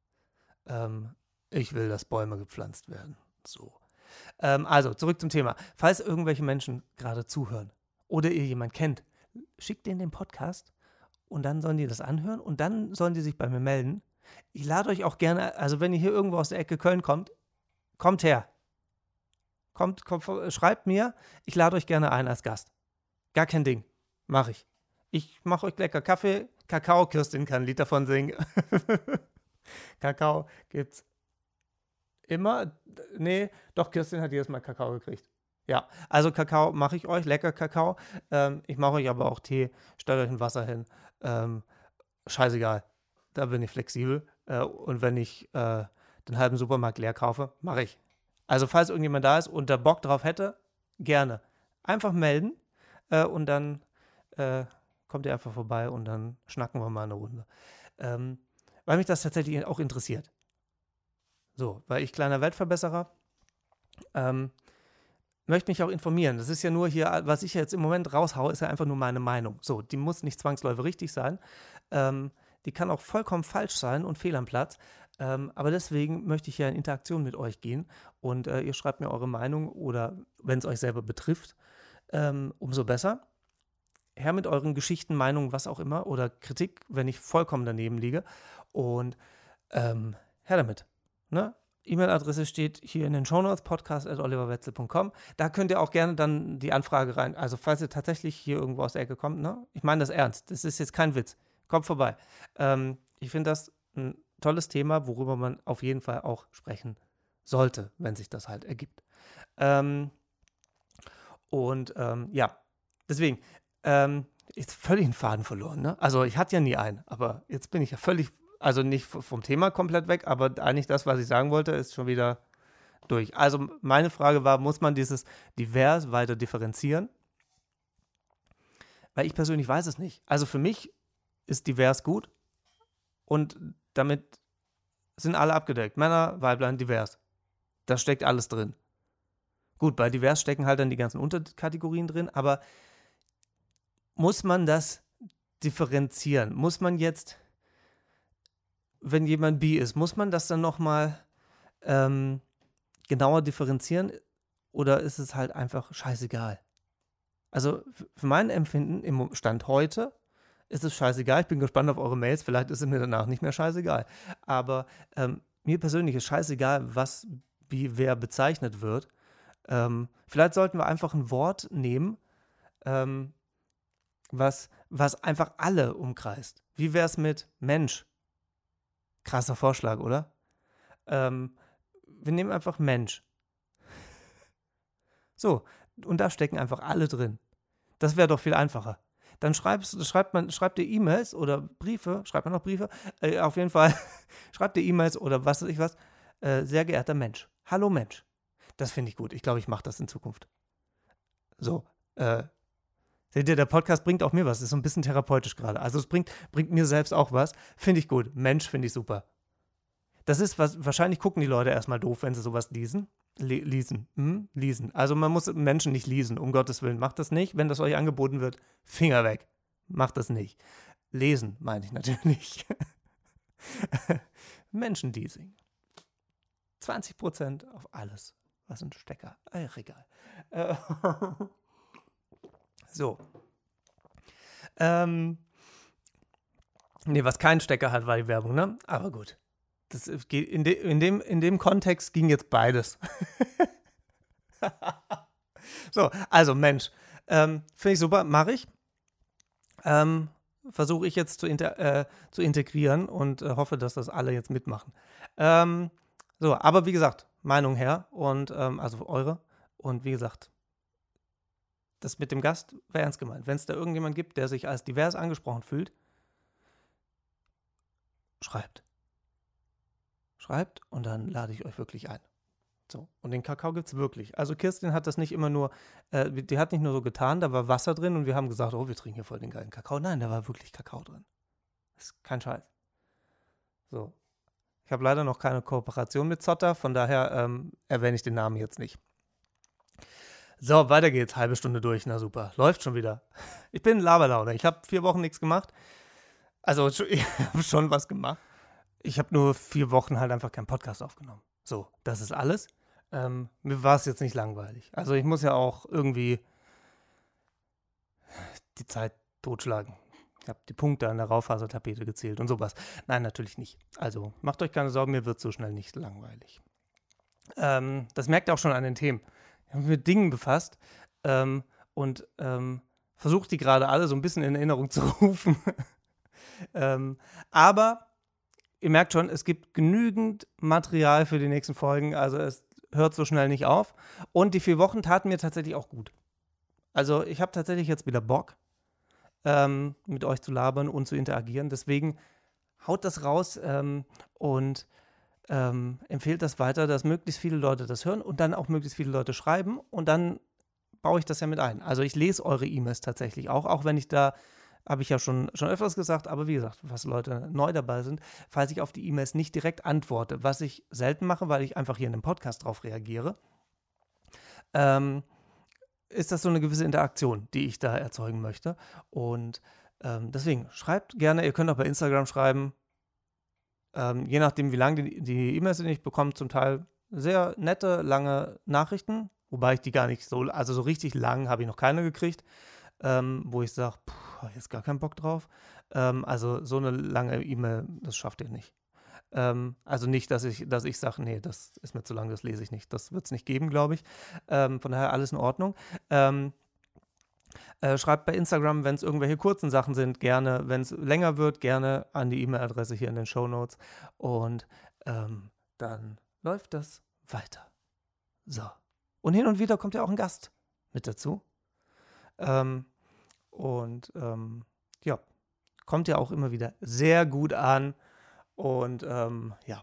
Ich will, dass Bäume gepflanzt werden. So. Also, zurück zum Thema. Falls irgendwelche Menschen gerade zuhören oder ihr jemanden kennt, schickt denen den Podcast und dann sollen die das anhören und dann sollen die sich bei mir melden. Ich lade euch auch gerne, also wenn ihr hier irgendwo aus der Ecke Köln kommt, kommt her. Kommt, schreibt mir, ich lade euch gerne ein als Gast. Gar kein Ding. Mache ich. Ich mache euch lecker Kaffee, Kakao, Kirstin kann ein Lied davon singen. Kakao gibt's immer. Nee, doch, Kirstin hat jedes Mal Kakao gekriegt. Ja, also Kakao mache ich euch, lecker Kakao. Ich mache euch aber auch Tee, stellt euch ein Wasser hin. Scheißegal. Da bin ich flexibel. Und wenn ich den halben Supermarkt leer kaufe, mache ich. Also falls irgendjemand da ist und da Bock drauf hätte, gerne. Einfach melden und dann kommt ihr einfach vorbei und dann schnacken wir mal eine Runde. Weil mich das tatsächlich auch interessiert. So, weil ich kleiner Weltverbesserer möchte mich auch informieren. Das ist ja nur hier, was ich jetzt im Moment raushaue, ist ja einfach nur meine Meinung. So, die muss nicht zwangsläufig richtig sein. Die kann auch vollkommen falsch sein und fehl am Platz. Aber deswegen möchte ich ja in Interaktion mit euch gehen und ihr schreibt mir eure Meinung oder wenn es euch selber betrifft, umso besser. Her mit euren Geschichten, Meinungen, was auch immer oder Kritik, wenn ich vollkommen daneben liege und her damit. Ne? E-Mail-Adresse steht hier in den Shownotes, podcast@oliverwetzel.com. Da könnt ihr auch gerne dann die Anfrage rein, also falls ihr tatsächlich hier irgendwo aus der Ecke kommt, ne? Ich meine das ernst, das ist jetzt kein Witz, kommt vorbei. Ich finde das ein tolles Thema, worüber man auf jeden Fall auch sprechen sollte, wenn sich das halt ergibt. Ja, deswegen, jetzt völlig einen Faden verloren, ne? Also ich hatte ja nie einen, aber jetzt bin ich ja völlig, also nicht vom Thema komplett weg, aber eigentlich das, was ich sagen wollte, ist schon wieder durch. Also meine Frage war, muss man dieses divers weiter differenzieren? Weil ich persönlich weiß es nicht. Also für mich ist divers gut und damit sind alle abgedeckt. Männer, Weiblein, divers. Da steckt alles drin. Gut, bei divers stecken halt dann die ganzen Unterkategorien drin, aber muss man das differenzieren? Muss man jetzt, wenn jemand bi ist, muss man das dann nochmal genauer differenzieren oder ist es halt einfach scheißegal? Also für mein Empfinden im Stand heute ist es scheißegal. Ich bin gespannt auf eure Mails. Vielleicht ist es mir danach nicht mehr scheißegal. Aber mir persönlich ist scheißegal, wie wer bezeichnet wird. Vielleicht sollten wir einfach ein Wort nehmen, was einfach alle umkreist. Wie wäre es mit Mensch? Krasser Vorschlag, oder? Wir nehmen einfach Mensch. So, und da stecken einfach alle drin. Das wäre doch viel einfacher. Dann schreibt ihr E-Mails oder Briefe, schreibt man noch Briefe? Auf jeden Fall schreibt ihr E-Mails oder was weiß ich was. Sehr geehrter Mensch. Hallo Mensch. Das finde ich gut. Ich glaube, ich mache das in Zukunft. So, seht ihr, der Podcast bringt auch mir was. Ist so ein bisschen therapeutisch gerade. Also es bringt mir selbst auch was. Finde ich gut. Mensch finde ich super. Das ist was, wahrscheinlich gucken die Leute erstmal doof, wenn sie sowas lesen. Lesen. Also man muss Menschen nicht lesen, um Gottes Willen. Macht das nicht. Wenn das euch angeboten wird, Finger weg. Macht das nicht. Lesen, meine ich natürlich. Menschenleasing. 20% auf alles. Was ein Stecker. Ach, egal. So. Nee, was keinen Stecker hat, war die Werbung, ne? Aber gut. Das geht in dem Kontext ging jetzt beides. So, also Mensch. Finde ich super, mache ich. Versuche ich jetzt zu integrieren und hoffe, dass das alle jetzt mitmachen. So, aber wie gesagt, Meinung her und also eure. Und wie gesagt, das mit dem Gast wäre ernst gemeint. Wenn es da irgendjemand gibt, der sich als divers angesprochen fühlt, schreibt. Schreibt und dann lade ich euch wirklich ein. So, und den Kakao gibt es wirklich. Also Kirstin hat das nicht immer nur, die hat nicht nur so getan, da war Wasser drin und wir haben gesagt, oh, wir trinken hier voll den geilen Kakao. Nein, da war wirklich Kakao drin. Das ist kein Scheiß. So. Ich habe leider noch keine Kooperation mit Zotter, von daher erwähne ich den Namen jetzt nicht. So, weiter geht's. Halbe Stunde durch, na super. Läuft schon wieder. Ich bin in Laberlaune. Ich habe 4 Wochen nichts gemacht. Also, ich habe schon was gemacht. Ich habe nur 4 Wochen halt einfach keinen Podcast aufgenommen. So, das ist alles. Mir war es jetzt nicht langweilig. Also ich muss ja auch irgendwie die Zeit totschlagen. Ich habe die Punkte an der Raufasertapete gezählt und sowas. Nein, natürlich nicht. Also macht euch keine Sorgen, mir wird so schnell nicht langweilig. Das merkt ihr auch schon an den Themen. Ich habe mich mit Dingen befasst und versuche die gerade alle so ein bisschen in Erinnerung zu rufen. Aber ihr merkt schon, es gibt genügend Material für die nächsten Folgen, also es hört so schnell nicht auf. Und die 4 Wochen taten mir tatsächlich auch gut. Also ich habe tatsächlich jetzt wieder Bock, mit euch zu labern und zu interagieren. Deswegen haut das raus und empfehlt das weiter, dass möglichst viele Leute das hören und dann auch möglichst viele Leute schreiben. Und dann baue ich das ja mit ein. Also ich lese eure E-Mails tatsächlich auch wenn ich da habe ich ja schon öfters gesagt, aber wie gesagt, was Leute neu dabei sind, falls ich auf die E-Mails nicht direkt antworte, was ich selten mache, weil ich einfach hier in einem Podcast drauf reagiere, ist das so eine gewisse Interaktion, die ich da erzeugen möchte. Und deswegen, schreibt gerne, ihr könnt auch bei Instagram schreiben, je nachdem, wie lang die E-Mails sind, ich bekomme zum Teil sehr nette, lange Nachrichten, wobei ich die gar nicht so, also so richtig lang habe ich noch keine gekriegt, wo ich sage, habe jetzt gar keinen Bock drauf. Also so eine lange E-Mail, das schafft ihr nicht. Also nicht, dass ich sage, nee, das ist mir zu lang, das lese ich nicht. Das wird es nicht geben, glaube ich. Von daher alles in Ordnung. Schreibt bei Instagram, wenn es irgendwelche kurzen Sachen sind, gerne. Wenn es länger wird, gerne an die E-Mail-Adresse hier in den Shownotes. Und dann läuft das weiter. So. Und hin und wieder kommt ja auch ein Gast mit dazu. Ja, kommt ja auch immer wieder sehr gut an und ja,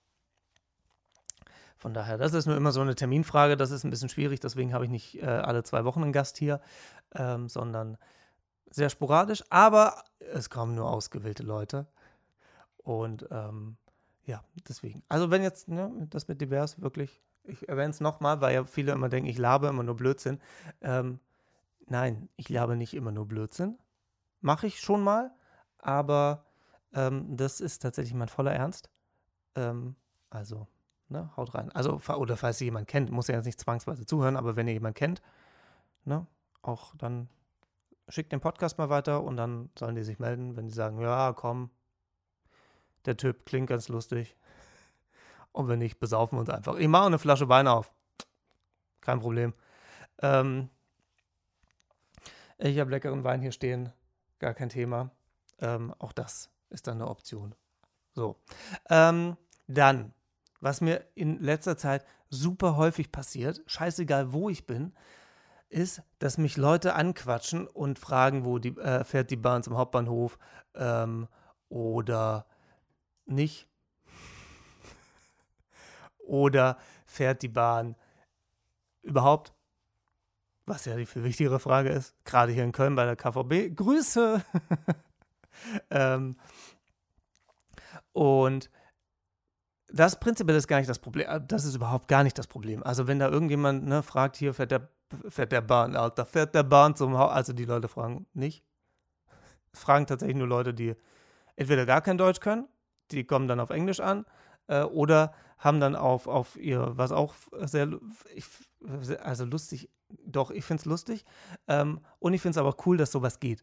von daher, das ist nur immer so eine Terminfrage, das ist ein bisschen schwierig, deswegen habe ich nicht alle 2 Wochen einen Gast hier, sondern sehr sporadisch, aber es kommen nur ausgewählte Leute und ja, deswegen. Also wenn jetzt, ne, das mit divers wirklich, ich erwähne es nochmal, weil ja viele immer denken, ich labe immer nur Blödsinn, nein, ich labe nicht immer nur Blödsinn. Mache ich schon mal, aber das ist tatsächlich mein voller Ernst. Also, ne, haut rein. Also, oder falls ihr jemanden kennt, muss ja jetzt nicht zwangsweise zuhören, aber wenn ihr jemanden kennt, ne, auch dann schickt den Podcast mal weiter und dann sollen die sich melden, wenn die sagen, ja, komm, der Typ klingt ganz lustig. Und wenn nicht, besaufen wir uns einfach. Ich mache eine Flasche Wein auf. Kein Problem. Ich habe leckeren Wein hier stehen, gar kein Thema. Auch das ist dann eine Option. So. Dann, was mir in letzter Zeit super häufig passiert, scheißegal wo ich bin, ist, dass mich Leute anquatschen und fragen, wo fährt die Bahn zum Hauptbahnhof oder nicht. Oder fährt die Bahn überhaupt? Was ja die viel wichtigere Frage ist, gerade hier in Köln bei der KVB. Grüße! Und das prinzipiell ist gar nicht das Problem. Das ist überhaupt gar nicht das Problem. Also wenn da irgendjemand fragt, hier fährt der Bahn, Alter, fährt der Bahn zum Haus. Also die Leute fragen nicht. Fragen tatsächlich nur Leute, die entweder gar kein Deutsch können, die kommen dann auf Englisch an, oder haben dann auf ihr, was auch sehr, also lustig Doch, ich finde es lustig. Und ich finde es aber cool, dass sowas geht.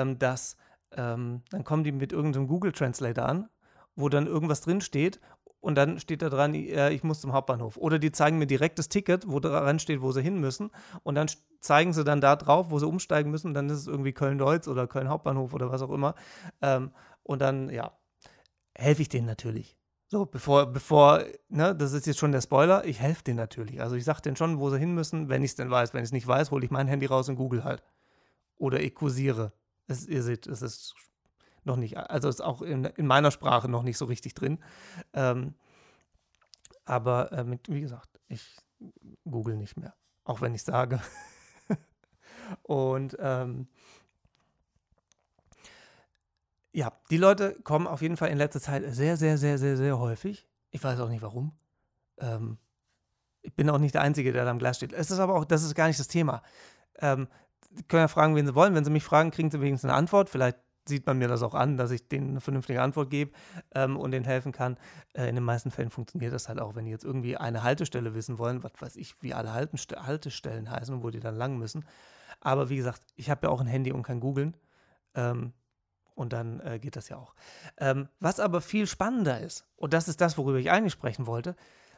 Dann kommen die mit irgendeinem Google Translator an, wo dann irgendwas drin steht und dann steht da dran, ich muss zum Hauptbahnhof. Oder die zeigen mir direkt das Ticket, wo dran steht, wo sie hin müssen. Und dann zeigen sie dann da drauf, wo sie umsteigen müssen. Und dann ist es irgendwie Köln-Deutz oder Köln-Hauptbahnhof oder was auch immer. Und dann, ja, helfe ich denen natürlich. So, ne, das ist jetzt schon der Spoiler, ich helfe denen natürlich. Also ich sage denen schon, wo sie hin müssen, wenn ich es denn weiß. Wenn ich es nicht weiß, hole ich mein Handy raus und google halt. Oder ich kursiere. Ihr seht, es ist noch nicht, also ist auch in meiner Sprache noch nicht so richtig drin. Ähm, aber wie gesagt, ich google nicht mehr. Auch wenn ich sage. Und ja, die Leute kommen auf jeden Fall in letzter Zeit sehr, sehr, sehr, sehr, sehr häufig. Ich weiß auch nicht warum. Ich bin auch nicht der Einzige, der da am Glas steht. Es ist aber auch, das ist gar nicht das Thema. Die können ja fragen, wen sie wollen. Wenn sie mich fragen, kriegen sie wenigstens eine Antwort. Vielleicht sieht man mir das auch an, dass ich denen eine vernünftige Antwort gebe und denen helfen kann. In den meisten Fällen funktioniert das halt auch, wenn die jetzt irgendwie eine Haltestelle wissen wollen, was weiß ich, wie alle Haltestellen heißen und wo die dann lang müssen. Aber wie gesagt, ich habe ja auch ein Handy und kann googeln. Und dann geht das ja auch. Was aber viel spannender ist, und das ist das, worüber ich eigentlich sprechen wollte,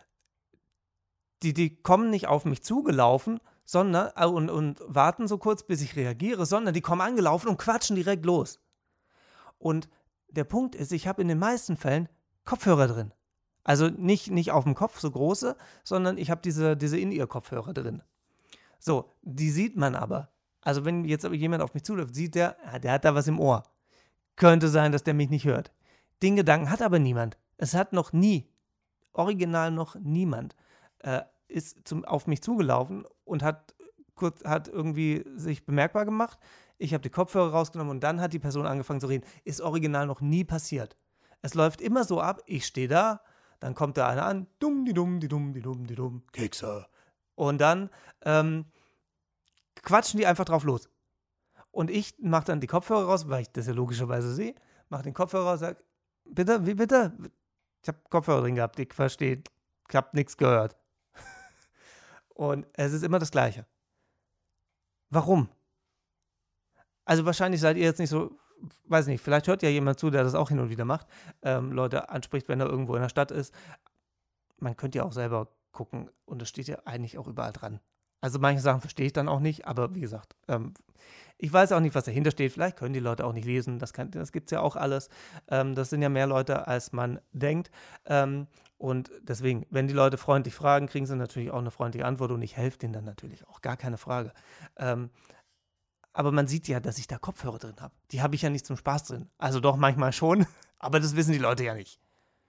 die kommen nicht auf mich zugelaufen, sondern und warten so kurz, bis ich reagiere, sondern die kommen angelaufen und quatschen direkt los. Und der Punkt ist, ich habe in den meisten Fällen Kopfhörer drin. Also nicht auf dem Kopf so große, sondern ich habe diese In-Ear-Kopfhörer drin. So, die sieht man aber. Also wenn jetzt aber jemand auf mich zuläuft, sieht der hat da was im Ohr. Könnte sein, dass der mich nicht hört. Den Gedanken hat aber niemand. Es hat noch nie, original noch niemand, ist auf mich zugelaufen und hat irgendwie sich bemerkbar gemacht. Ich habe die Kopfhörer rausgenommen und dann hat die Person angefangen zu reden. Ist original noch nie passiert. Es läuft immer so ab, ich stehe da, dann kommt da einer an, die dumm, Kekse. Und dann quatschen die einfach drauf los. Und ich mache dann die Kopfhörer raus, weil ich das ja logischerweise sehe, mache den Kopfhörer raus, sage, bitte, wie bitte? Ich habe Kopfhörer drin gehabt, ich verstehe, ich habe nichts gehört. Und es ist immer das Gleiche. Warum? Also wahrscheinlich seid ihr jetzt nicht so, weiß nicht, vielleicht hört ja jemand zu, der das auch hin und wieder macht, Leute anspricht, wenn er irgendwo in der Stadt ist. Man könnte ja auch selber gucken und das steht ja eigentlich auch überall dran. Also manche Sachen verstehe ich dann auch nicht, aber wie gesagt, ich weiß auch nicht, was dahinter steht. Vielleicht können die Leute auch nicht lesen, das gibt es ja auch alles. Das sind ja mehr Leute, als man denkt. Und deswegen, wenn die Leute freundlich fragen, kriegen sie natürlich auch eine freundliche Antwort und ich helfe denen dann natürlich auch, gar keine Frage. Aber man sieht ja, dass ich da Kopfhörer drin habe. Die habe ich ja nicht zum Spaß drin. Also doch manchmal schon, aber das wissen die Leute ja nicht.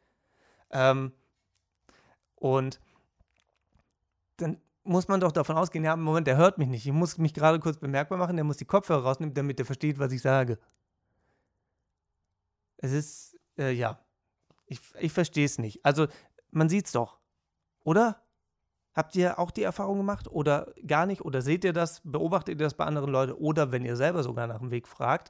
Und dann muss man doch davon ausgehen, ja, Moment, der hört mich nicht. Ich muss mich gerade kurz bemerkbar machen, der muss die Kopfhörer rausnehmen, damit der versteht, was ich sage. Es ist, ja, ich verstehe es nicht. Also, man sieht es doch, oder? Habt ihr auch die Erfahrung gemacht oder gar nicht? Oder seht ihr das, beobachtet ihr das bei anderen Leuten? Oder wenn ihr selber sogar nach dem Weg fragt,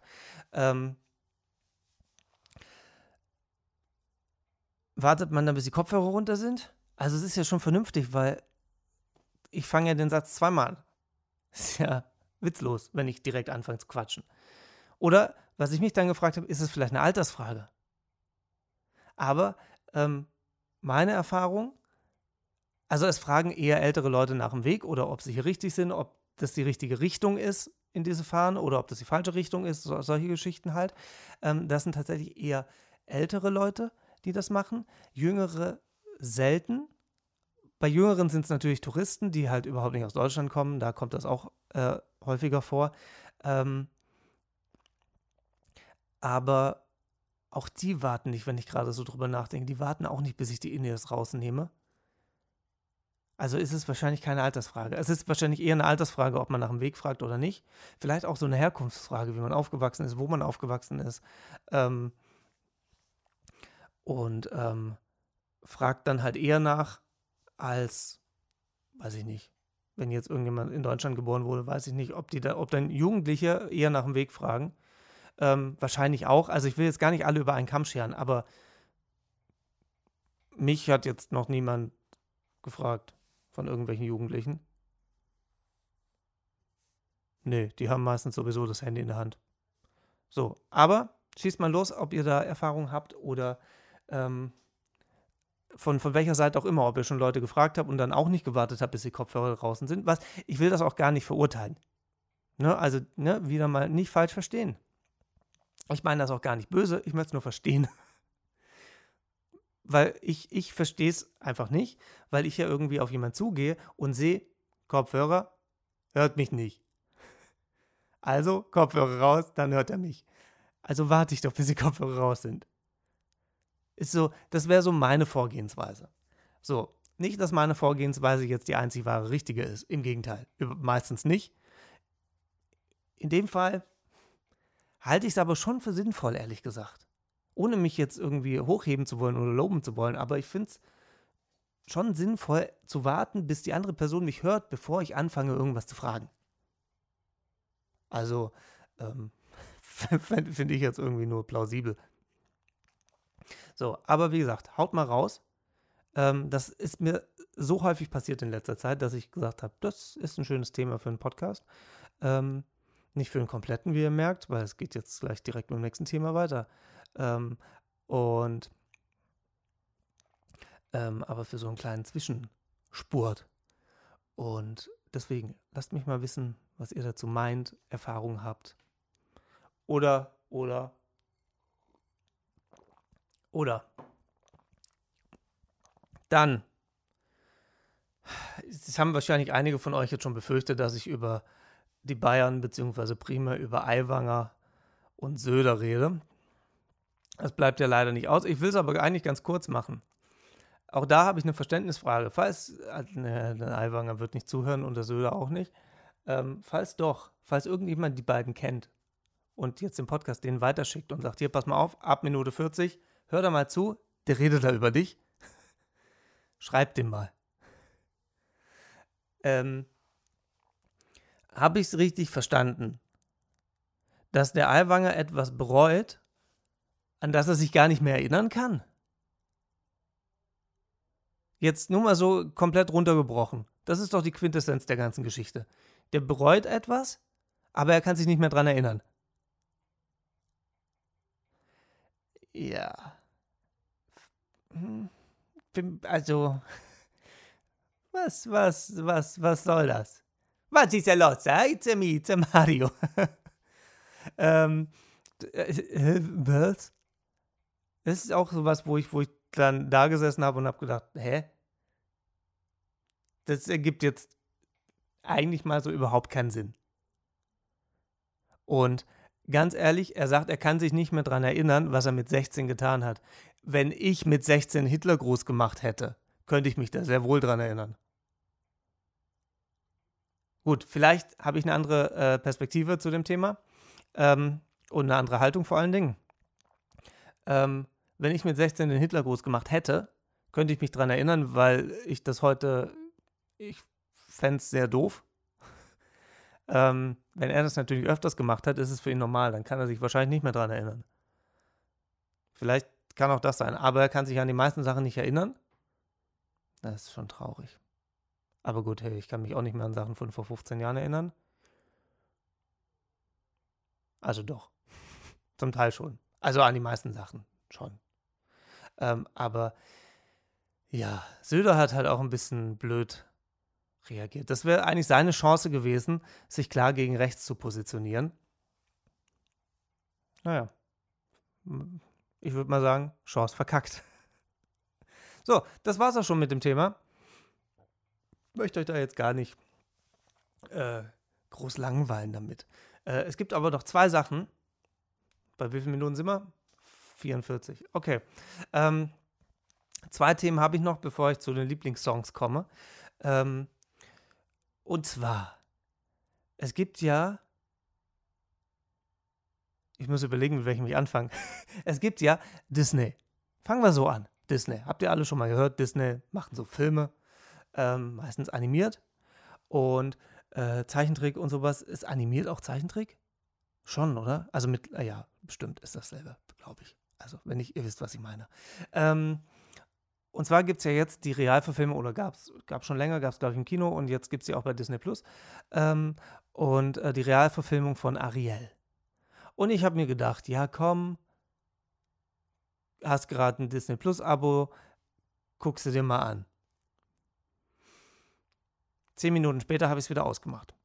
wartet man dann, bis die Kopfhörer runter sind? Also es ist ja schon vernünftig, weil ich fange ja den Satz zweimal an. Ist ja witzlos, wenn ich direkt anfange zu quatschen. Oder, was ich mich dann gefragt habe, ist es vielleicht eine Altersfrage? Aber meine Erfahrung, also es fragen eher ältere Leute nach dem Weg oder ob sie hier richtig sind, ob das die richtige Richtung ist, in diese Fahren oder ob das die falsche Richtung ist, solche Geschichten halt. Das sind tatsächlich eher ältere Leute, die das machen. Jüngere selten. Bei Jüngeren sind es natürlich Touristen, die halt überhaupt nicht aus Deutschland kommen. Da kommt das auch häufiger vor. Aber auch die warten nicht, wenn ich gerade so drüber nachdenke. Die warten auch nicht, bis ich die In-Ears rausnehme. Also ist es wahrscheinlich keine Altersfrage. Es ist wahrscheinlich eher eine Altersfrage, ob man nach dem Weg fragt oder nicht. Vielleicht auch so eine Herkunftsfrage, wie man aufgewachsen ist, wo man aufgewachsen ist. Und fragt dann halt eher nach, als, weiß ich nicht, wenn jetzt irgendjemand in Deutschland geboren wurde, weiß ich nicht, ob dann Jugendliche eher nach dem Weg fragen. Wahrscheinlich auch. Also ich will jetzt gar nicht alle über einen Kamm scheren, aber mich hat jetzt noch niemand gefragt von irgendwelchen Jugendlichen. Nee, die haben meistens sowieso das Handy in der Hand. So, aber schießt mal los, ob ihr da Erfahrung habt oder von welcher Seite auch immer, ob ihr schon Leute gefragt habt und dann auch nicht gewartet habt, bis die Kopfhörer draußen sind. Ich will das auch gar nicht verurteilen. Ne? Also, wieder mal nicht falsch verstehen. Ich meine das auch gar nicht böse, ich möchte es nur verstehen. Weil ich verstehe es einfach nicht, weil ich ja irgendwie auf jemanden zugehe und sehe, Kopfhörer, hört mich nicht. Also Kopfhörer raus, dann hört er mich. Also warte ich doch, bis die Kopfhörer raus sind. Ist so, das wäre so meine Vorgehensweise. So, nicht, dass meine Vorgehensweise jetzt die einzig wahre richtige ist. Im Gegenteil, meistens nicht. In dem Fall halte ich es aber schon für sinnvoll, ehrlich gesagt. Ohne mich jetzt irgendwie hochheben zu wollen oder loben zu wollen, aber ich finde es schon sinnvoll zu warten, bis die andere Person mich hört, bevor ich anfange, irgendwas zu fragen. Also, finde ich jetzt irgendwie nur plausibel. So, aber wie gesagt, haut mal raus. Das ist mir so häufig passiert in letzter Zeit, dass ich gesagt habe, das ist ein schönes Thema für einen Podcast. Nicht für den kompletten, wie ihr merkt, weil es geht jetzt gleich direkt mit dem nächsten Thema weiter. Aber für so einen kleinen Zwischenspurt. Und deswegen, lasst mich mal wissen, was ihr dazu meint, Erfahrungen habt. Oder. Dann, das haben wahrscheinlich einige von euch jetzt schon befürchtet, dass ich über die Bayern beziehungsweise primär über Aiwanger und Söder rede. Das bleibt ja leider nicht aus. Ich will es aber eigentlich ganz kurz machen. Auch da habe ich eine Verständnisfrage. Falls, der Aiwanger wird nicht zuhören und der Söder auch nicht. Falls irgendjemand die beiden kennt und jetzt den Podcast denen weiterschickt und sagt, hier, pass mal auf, ab Minute 40, hör da mal zu, der redet da über dich. Schreib dem mal. Habe ich es richtig verstanden, dass der Aiwanger etwas bereut, an das er sich gar nicht mehr erinnern kann? Jetzt nur mal so komplett runtergebrochen. Das ist doch die Quintessenz der ganzen Geschichte. Der bereut etwas, aber er kann sich nicht mehr dran erinnern. Ja. Also, was soll das? Was ist denn los? It's a Mario. Was? Das ist auch sowas, wo ich dann da gesessen habe und habe gedacht, hä? Das ergibt jetzt eigentlich mal so überhaupt keinen Sinn. Und ganz ehrlich, er sagt, er kann sich nicht mehr daran erinnern, was er mit 16 getan hat. Wenn ich mit 16 Hitlergruß gemacht hätte, könnte ich mich da sehr wohl dran erinnern. Gut, vielleicht habe ich eine andere Perspektive zu dem Thema und eine andere Haltung vor allen Dingen. Wenn ich mit 16 den Hitlergruß gemacht hätte, könnte ich mich daran erinnern, weil ich fände es sehr doof. Wenn er das natürlich öfters gemacht hat, ist es für ihn normal. Dann kann er sich wahrscheinlich nicht mehr daran erinnern. Vielleicht kann auch das sein. Aber er kann sich an die meisten Sachen nicht erinnern. Das ist schon traurig. Aber gut, hey, ich kann mich auch nicht mehr an Sachen von vor 15 Jahren erinnern. Also doch. Zum Teil schon. Also an die meisten Sachen schon. Aber ja, Söder hat halt auch ein bisschen blöd reagiert. Das wäre eigentlich seine Chance gewesen, sich klar gegen rechts zu positionieren. Naja, ich würde mal sagen, Chance verkackt. So, das war's auch schon mit dem Thema. Ich möchte euch da jetzt gar nicht groß langweilen damit. Es gibt aber noch 2 Sachen. Bei wie vielen Minuten sind wir? 44. Okay. 2 Themen habe ich noch, bevor ich zu den Lieblingssongs komme. Und zwar, es gibt ja, ich muss überlegen, mit welchem ich anfange. Es gibt ja Disney. Fangen wir so an. Disney. Habt ihr alle schon mal gehört? Disney machen so Filme, meistens animiert. Und Zeichentrick und sowas. Ist animiert auch Zeichentrick? Schon, oder? Also ja, bestimmt ist dasselbe, glaube ich. Also, wenn nicht, ihr wisst, was ich meine. Und zwar gibt es ja jetzt die Realverfilmung, oder gab es schon länger, gab es, glaube ich, im Kino und jetzt gibt es sie auch bei Disney Plus. und die Realverfilmung von Ariel. Und ich habe mir gedacht, ja komm, hast gerade ein Disney Plus Abo, guckst du dir mal an. 10 Minuten später habe ich es wieder ausgemacht.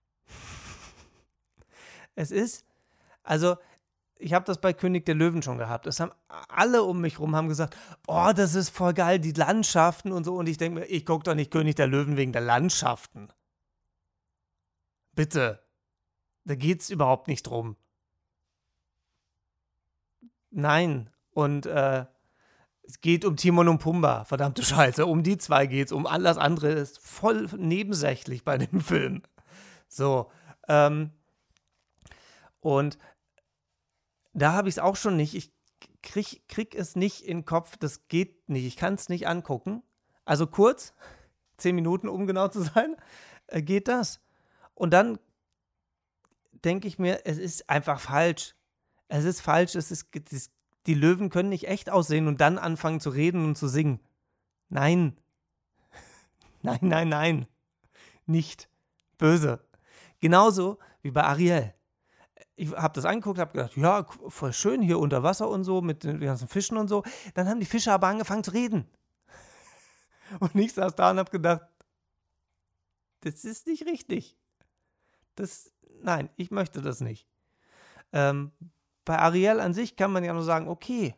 Es ist, also ich habe das bei König der Löwen schon gehabt. Es haben alle um mich rum haben gesagt, oh, das ist voll geil, die Landschaften und so. Und ich denke mir, ich gucke doch nicht König der Löwen wegen der Landschaften. Bitte. Da geht's überhaupt nicht drum. Nein. Und es geht um Timon und Pumba, verdammte Scheiße. Um die zwei geht's. Um alles andere ist voll nebensächlich bei dem Film. So. Und da habe ich es auch schon nicht. Ich krieg es nicht in den Kopf. Das geht nicht. Ich kann es nicht angucken. Also kurz, 10 Minuten, um genau zu sein, geht das. Und dann denke ich mir, es ist einfach falsch. Es ist falsch. Die Löwen können nicht echt aussehen und dann anfangen zu reden und zu singen. Nein. Nein, nein, nein. Nicht. Böse. Genauso wie bei Ariel. Ich habe das angeguckt, habe gedacht, ja, voll schön hier unter Wasser und so, mit den ganzen Fischen und so. Dann haben die Fische aber angefangen zu reden. Und ich saß da und habe gedacht, das ist nicht richtig. Nein, ich möchte das nicht. Bei Ariel an sich kann man ja nur sagen, okay,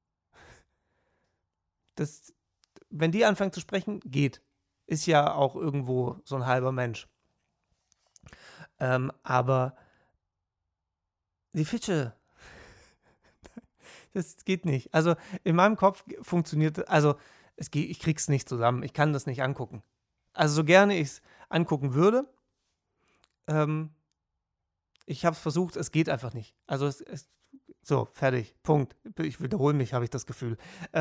wenn die anfangen zu sprechen, geht. Ist ja auch irgendwo so ein halber Mensch. Aber die Fische, das geht nicht. Also in meinem Kopf funktioniert, also ich krieg's nicht zusammen. Ich kann das nicht angucken. Also so gerne ich es angucken würde, ich habe es versucht, es geht einfach nicht. Also so, fertig, Punkt. Ich wiederhole mich, habe ich das Gefühl.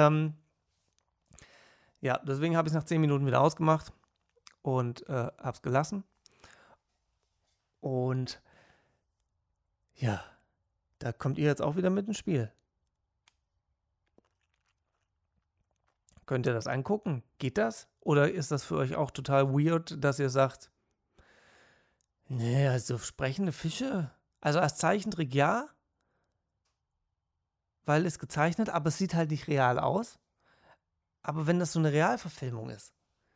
Ja, deswegen habe ich es nach 10 Minuten wieder ausgemacht und habe es gelassen. Und ja, da kommt ihr jetzt auch wieder mit ins Spiel. Könnt ihr das angucken? Geht das? Oder ist das für euch auch total weird, dass ihr sagt, nee, also sprechende Fische? Also als Zeichentrick ja, weil es gezeichnet, aber es sieht halt nicht real aus. Aber wenn das so eine Realverfilmung ist.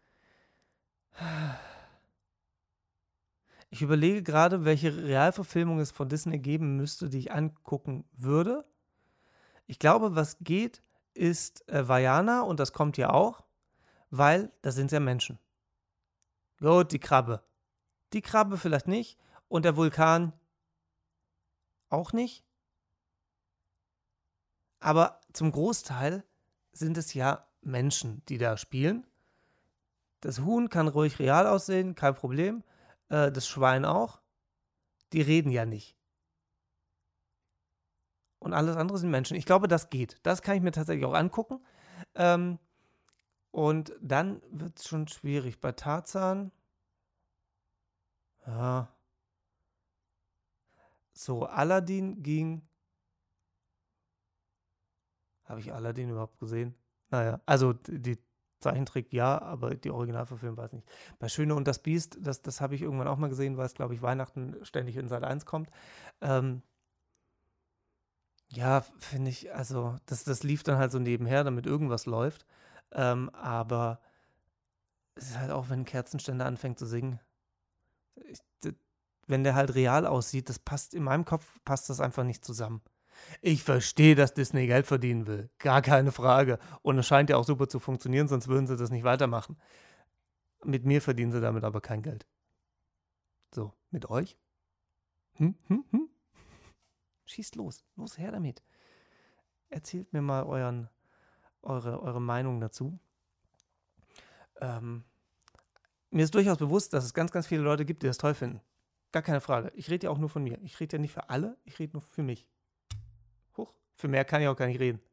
Ich überlege gerade, welche Realverfilmung es von Disney geben müsste, die ich angucken würde. Ich glaube, was geht, ist Vaiana und das kommt ja auch, weil da sind ja Menschen. Gut, die Krabbe. Die Krabbe vielleicht nicht und der Vulkan auch nicht. Aber zum Großteil sind es ja Menschen, die da spielen. Das Huhn kann ruhig real aussehen, kein Problem. Das Schwein auch. Die reden ja nicht. Und alles andere sind Menschen. Ich glaube, das geht. Das kann ich mir tatsächlich auch angucken. Und dann wird es schon schwierig. Bei Tarzan. Ja. So, Aladdin ging. Habe ich Aladdin überhaupt gesehen? Naja, also die Zeichentrick ja, aber die Originalverfilmung weiß ich nicht. Bei Schöne und das Biest, das habe ich irgendwann auch mal gesehen, weil es, glaube ich, Weihnachten ständig in Sat 1 kommt. Ja, finde ich, also das lief dann halt so nebenher, damit irgendwas läuft. Aber es ist halt auch, wenn ein Kerzenständer anfängt zu singen. Wenn der halt real aussieht, das passt, in meinem Kopf passt das einfach nicht zusammen. Ich verstehe, dass Disney Geld verdienen will. Gar keine Frage. Und es scheint ja auch super zu funktionieren, sonst würden sie das nicht weitermachen. Mit mir verdienen sie damit aber kein Geld. So, mit euch? Schießt los. Los, her damit. Erzählt mir mal eure Meinung dazu. Mir ist durchaus bewusst, dass es ganz, ganz viele Leute gibt, die das toll finden. Gar keine Frage. Ich rede ja auch nur von mir. Ich rede ja nicht für alle, ich rede nur für mich. Huch, für mehr kann ich auch gar nicht reden.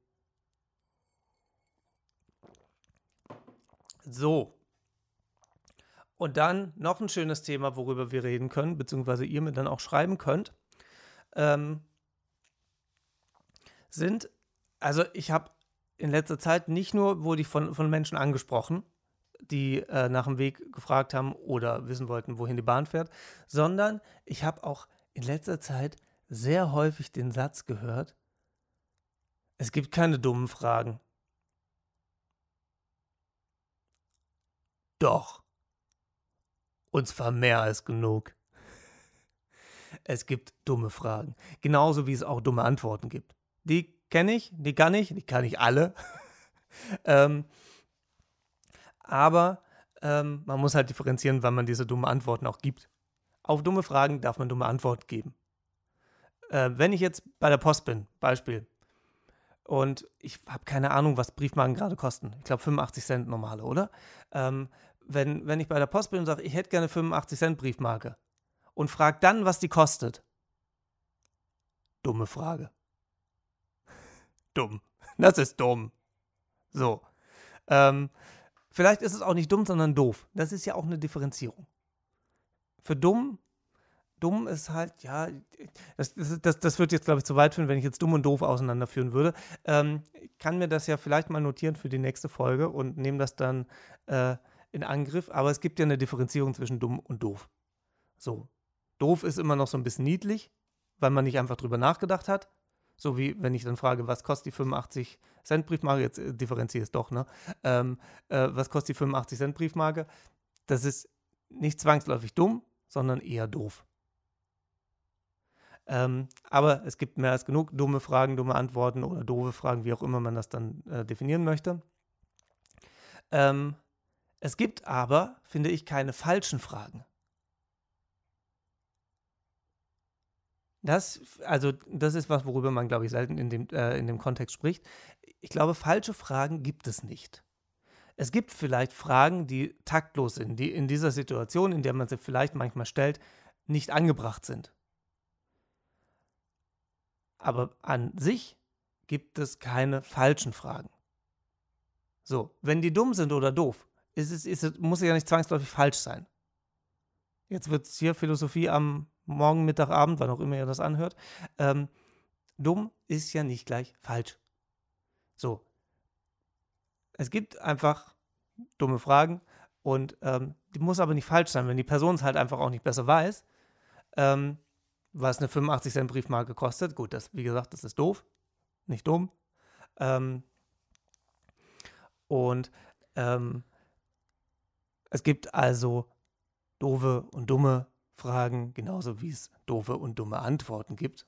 So. Und dann noch ein schönes Thema, worüber wir reden können, beziehungsweise ihr mir dann auch schreiben könnt, also ich habe in letzter Zeit nicht nur, wurde ich von Menschen angesprochen, die nach dem Weg gefragt haben oder wissen wollten, wohin die Bahn fährt, sondern ich habe auch in letzter Zeit sehr häufig den Satz gehört, es gibt keine dummen Fragen. Doch, und zwar mehr als genug. Es gibt dumme Fragen. Genauso wie es auch dumme Antworten gibt. Die kenne ich, die kann ich alle. Aber man muss halt differenzieren, wann man diese dumme Antworten auch gibt. Auf dumme Fragen darf man dumme Antworten geben. Wenn ich jetzt bei der Post bin, Beispiel, und ich habe keine Ahnung, was Briefmarken gerade kosten. Ich glaube 85 Cent normale, oder? Wenn ich bei der Post bin und sage, ich hätte gerne 85 Cent Briefmarke und frage dann, was die kostet. Dumme Frage. Dumm. Das ist dumm. So. Vielleicht ist es auch nicht dumm, sondern doof. Das ist ja auch eine Differenzierung. Für dumm ist halt, ja, das wird jetzt, glaube ich, zu weit führen, wenn ich jetzt dumm und doof auseinanderführen würde. Ich kann mir das ja vielleicht mal notieren für die nächste Folge und nehme das dann in Angriff. Aber es gibt ja eine Differenzierung zwischen dumm und doof. So. Doof ist immer noch so ein bisschen niedlich, weil man nicht einfach drüber nachgedacht hat. So wie, wenn ich dann frage, was kostet die 85 Cent Briefmarke? Jetzt differenziere ich es doch, ne? Was kostet die 85 Cent Briefmarke? Das ist nicht zwangsläufig dumm, sondern eher doof. Aber es gibt mehr als genug dumme Fragen, dumme Antworten oder doofe Fragen, wie auch immer man das dann definieren möchte. Es gibt aber, finde ich, keine falschen Fragen. Das ist was, worüber man, glaube ich, selten in dem Kontext spricht. Ich glaube, falsche Fragen gibt es nicht. Es gibt vielleicht Fragen, die taktlos sind, die in dieser Situation, in der man sie vielleicht manchmal stellt, nicht angebracht sind. Aber an sich gibt es keine falschen Fragen. So, wenn die dumm sind oder doof, muss es ja nicht zwangsläufig falsch sein. Jetzt wird es hier Philosophie am Morgen, Mittag, Abend, wann auch immer ihr das anhört. Dumm ist ja nicht gleich falsch. So. Es gibt einfach dumme Fragen und die muss aber nicht falsch sein, wenn die Person es halt einfach auch nicht besser weiß, was eine 85 Cent Briefmarke kostet. Gut, wie gesagt, das ist doof, nicht dumm. Es gibt also doofe und dumme Fragen, genauso wie es doofe und dumme Antworten gibt.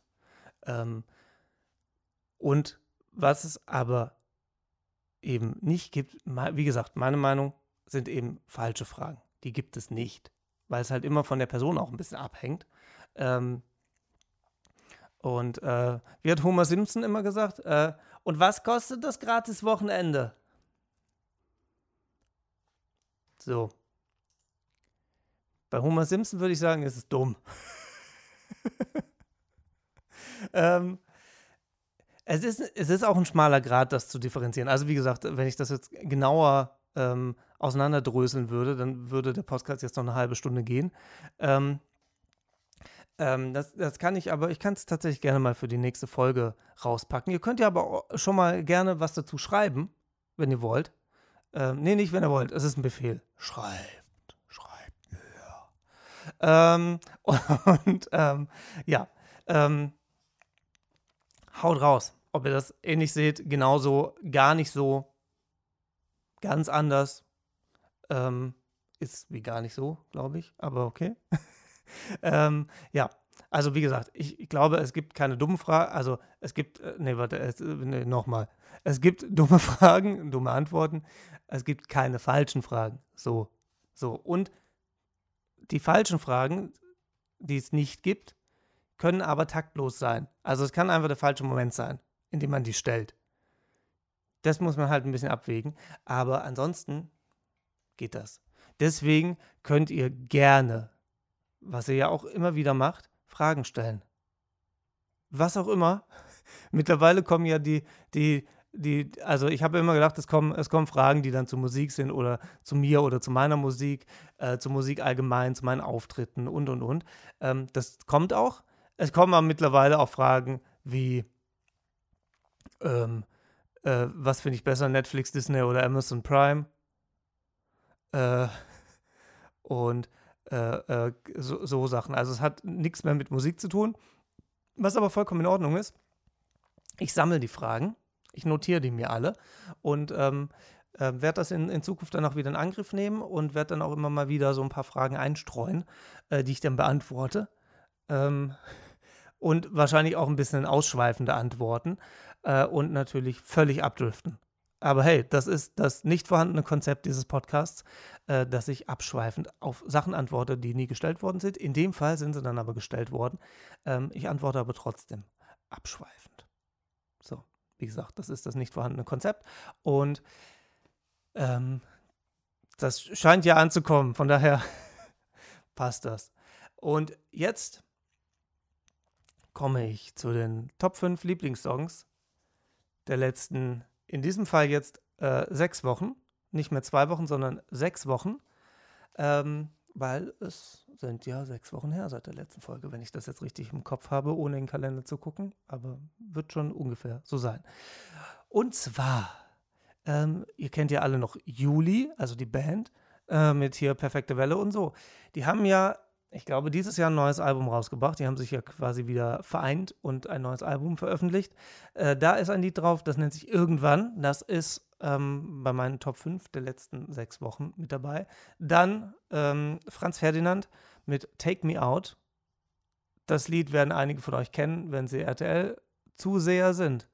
Und was es aber eben nicht gibt, wie gesagt, meine Meinung sind eben falsche Fragen. Die gibt es nicht, weil es halt immer von der Person auch ein bisschen abhängt. Wie hat Homer Simpson immer gesagt? Und was kostet das gratis Wochenende? So. Bei Homer Simpson würde ich sagen, ist es dumm. Es ist auch ein schmaler Grad, das zu differenzieren. Also wie gesagt, wenn ich das jetzt genauer auseinanderdröseln würde, dann würde der Podcast jetzt noch eine halbe Stunde gehen. Das kann ich, aber ich kann es tatsächlich gerne mal für die nächste Folge rauspacken. Ihr könnt ja aber schon mal gerne was dazu schreiben, wenn ihr wollt. Nee, nicht, wenn ihr wollt. Es ist ein Befehl. Schreibt mir. Haut raus. Ob ihr das ähnlich seht, genauso, gar nicht so, ganz anders. Ist wie gar nicht so, glaube ich, aber okay. Also wie gesagt, ich glaube, es gibt keine dummen Fragen, also es gibt, nochmal. Es gibt dumme Fragen, dumme Antworten, es gibt keine falschen Fragen. So. Und die falschen Fragen, die es nicht gibt, können aber taktlos sein. Also es kann einfach der falsche Moment sein, in dem man die stellt. Das muss man halt ein bisschen abwägen, aber ansonsten geht das. Deswegen könnt ihr gerne, was ihr ja auch immer wieder macht, Fragen stellen. Was auch immer. Mittlerweile kommen ja also ich habe immer gedacht, es kommen Fragen, die dann zu Musik sind oder zu mir oder zu meiner Musik, zur Musik allgemein, zu meinen Auftritten und. Das kommt auch. Es kommen aber mittlerweile auch Fragen wie, was finde ich besser, Netflix, Disney oder Amazon Prime? Äh, und so Sachen. Also es hat nichts mehr mit Musik zu tun, was aber vollkommen in Ordnung ist. Ich sammle die Fragen, ich notiere die mir alle und werde das in Zukunft dann auch wieder in Angriff nehmen und werde dann auch immer mal wieder so ein paar Fragen einstreuen, die ich dann beantworte. Ähm, und wahrscheinlich auch ein bisschen ausschweifende Antworten und natürlich völlig abdriften. Aber hey, das ist das nicht vorhandene Konzept dieses Podcasts, dass ich abschweifend auf Sachen antworte, die nie gestellt worden sind. In dem Fall sind sie dann aber gestellt worden. Ich antworte aber trotzdem abschweifend. So, wie gesagt, das ist das nicht vorhandene Konzept. Und das scheint ja anzukommen. Von daher passt das. Und jetzt komme ich zu den Top 5 Lieblingssongs der letzten, in diesem Fall jetzt 6 Wochen. Nicht mehr 2 Wochen, sondern 6 Wochen. Weil es sind ja 6 Wochen her seit der letzten Folge, wenn ich das jetzt richtig im Kopf habe, ohne in den Kalender zu gucken. Aber wird schon ungefähr so sein. Und zwar, ihr kennt ja alle noch Juli, also die Band, mit hier Perfekte Welle und so. Die haben ja, ich glaube, dieses Jahr ein neues Album rausgebracht. Die haben sich ja quasi wieder vereint und ein neues Album veröffentlicht. Da ist ein Lied drauf, das nennt sich Irgendwann. Das ist bei meinen Top 5 der letzten 6 Wochen mit dabei. Dann Franz Ferdinand mit Take Me Out. Das Lied werden einige von euch kennen, wenn sie RTL-Zuseher sind.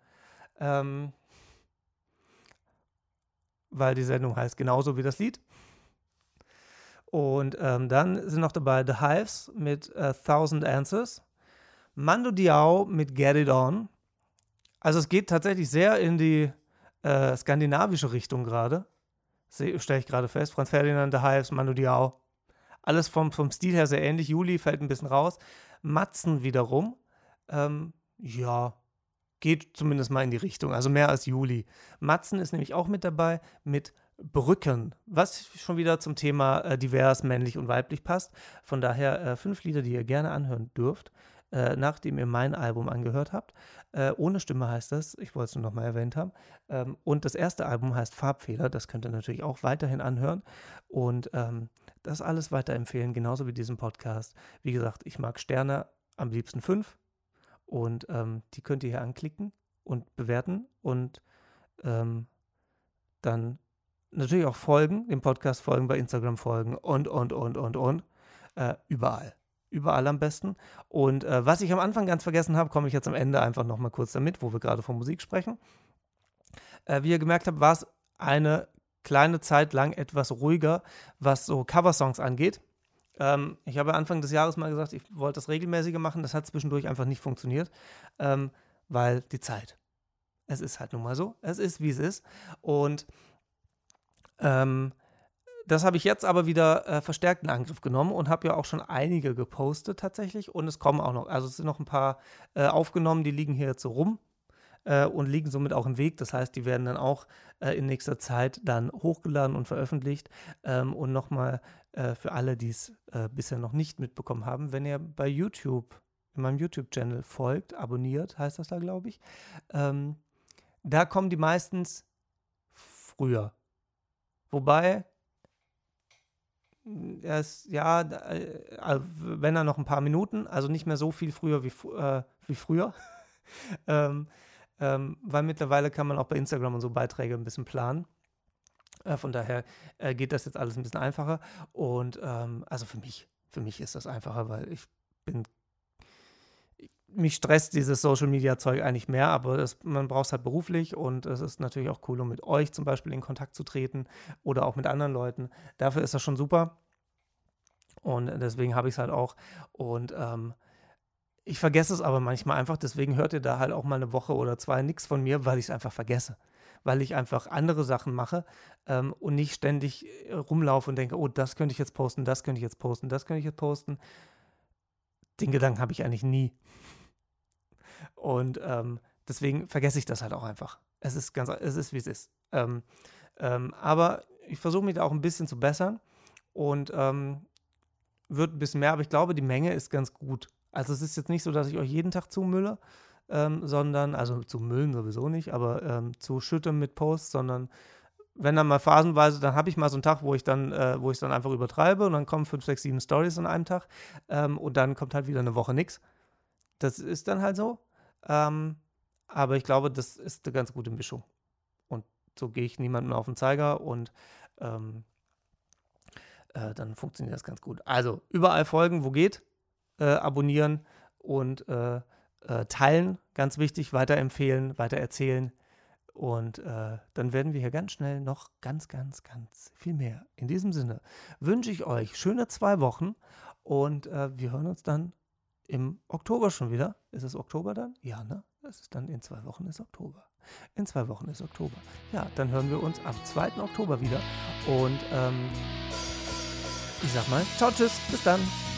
Weil die Sendung heißt genauso wie das Lied. Und dann sind noch dabei The Hives mit 1000 Answers, Mando Diao mit Get It On. Also es geht tatsächlich sehr in die skandinavische Richtung gerade. Stelle ich gerade fest. Franz Ferdinand, The Hives, Mando Diao. Alles vom Stil her sehr ähnlich. Juli fällt ein bisschen raus. Matzen wiederum, ja, geht zumindest mal in die Richtung. Also mehr als Juli. Matzen ist nämlich auch mit dabei mit Brücken, was schon wieder zum Thema divers, männlich und weiblich passt. Von daher 5 Lieder, die ihr gerne anhören dürft, nachdem ihr mein Album angehört habt. Ohne Stimme heißt das, ich wollte es nur nochmal erwähnt haben. Und das erste Album heißt Farbfehler, das könnt ihr natürlich auch weiterhin anhören. Und das alles weiterempfehlen, genauso wie diesen Podcast. Wie gesagt, ich mag Sterne am liebsten 5 und die könnt ihr hier anklicken und bewerten und dann natürlich auch folgen, dem Podcast folgen, bei Instagram folgen und. Überall. Überall am besten. Und was ich am Anfang ganz vergessen habe, komme ich jetzt am Ende einfach nochmal kurz damit, wo wir gerade von Musik sprechen. Wie ihr gemerkt habt, war es eine kleine Zeit lang etwas ruhiger, was so Coversongs angeht. Ich habe Anfang des Jahres mal gesagt, ich wollte das regelmäßiger machen. Das hat zwischendurch einfach nicht funktioniert, weil die Zeit. Es ist halt nun mal so. Es ist, wie es ist. Und das habe ich jetzt aber wieder verstärkt in Angriff genommen und habe ja auch schon einige gepostet tatsächlich. Und es kommen auch noch, also es sind noch ein paar aufgenommen, die liegen hier jetzt so rum und liegen somit auch im Weg. Das heißt, die werden dann auch in nächster Zeit dann hochgeladen und veröffentlicht. Und nochmal für alle, die es bisher noch nicht mitbekommen haben, wenn ihr bei YouTube, in meinem YouTube-Channel folgt, abonniert, heißt das da, glaube ich, da kommen die meistens früher. Wobei, wenn er noch ein paar Minuten, also nicht mehr so viel früher wie früher, weil mittlerweile kann man auch bei Instagram und so Beiträge ein bisschen planen. Von daher geht das jetzt alles ein bisschen einfacher. Und also für mich ist das einfacher, weil mich stresst dieses Social-Media-Zeug eigentlich mehr, aber man braucht es halt beruflich und es ist natürlich auch cool, um mit euch zum Beispiel in Kontakt zu treten oder auch mit anderen Leuten. Dafür ist das schon super und deswegen habe ich es halt auch und ich vergesse es aber manchmal einfach, deswegen hört ihr da halt auch mal eine Woche oder 2 nichts von mir, weil ich es einfach vergesse, weil ich einfach andere Sachen mache und nicht ständig rumlaufe und denke, oh, das könnte ich jetzt posten, das könnte ich jetzt posten, das könnte ich jetzt posten. Den Gedanken habe ich eigentlich nie. Und deswegen vergesse ich das halt auch einfach. Es ist, wie es ist. Aber ich versuche mich da auch ein bisschen zu bessern und wird ein bisschen mehr, aber ich glaube, die Menge ist ganz gut. Also es ist jetzt nicht so, dass ich euch jeden Tag zumülle, sondern, also zu müllen sowieso nicht, aber zu schütten mit Posts, sondern wenn dann mal phasenweise, dann habe ich mal so einen Tag, wo ich dann einfach übertreibe und dann kommen 5, 6, 7 Stories an einem Tag und dann kommt halt wieder eine Woche nichts. Das ist dann halt so. Aber ich glaube, das ist eine ganz gute Mischung. Und so gehe ich niemandem auf den Zeiger und dann funktioniert das ganz gut. Also überall folgen, wo geht, abonnieren und teilen, ganz wichtig, weiterempfehlen, weitererzählen. Und dann werden wir hier ganz schnell noch ganz, ganz, ganz viel mehr. In diesem Sinne wünsche ich euch schöne 2 Wochen und wir hören uns dann im Oktober schon wieder. Ist es Oktober dann? Ja, ne? Es ist dann in 2 Wochen ist Oktober. In 2 Wochen ist Oktober. Ja, dann hören wir uns am 2. Oktober wieder. Und ich sag mal, ciao, tschüss, bis dann.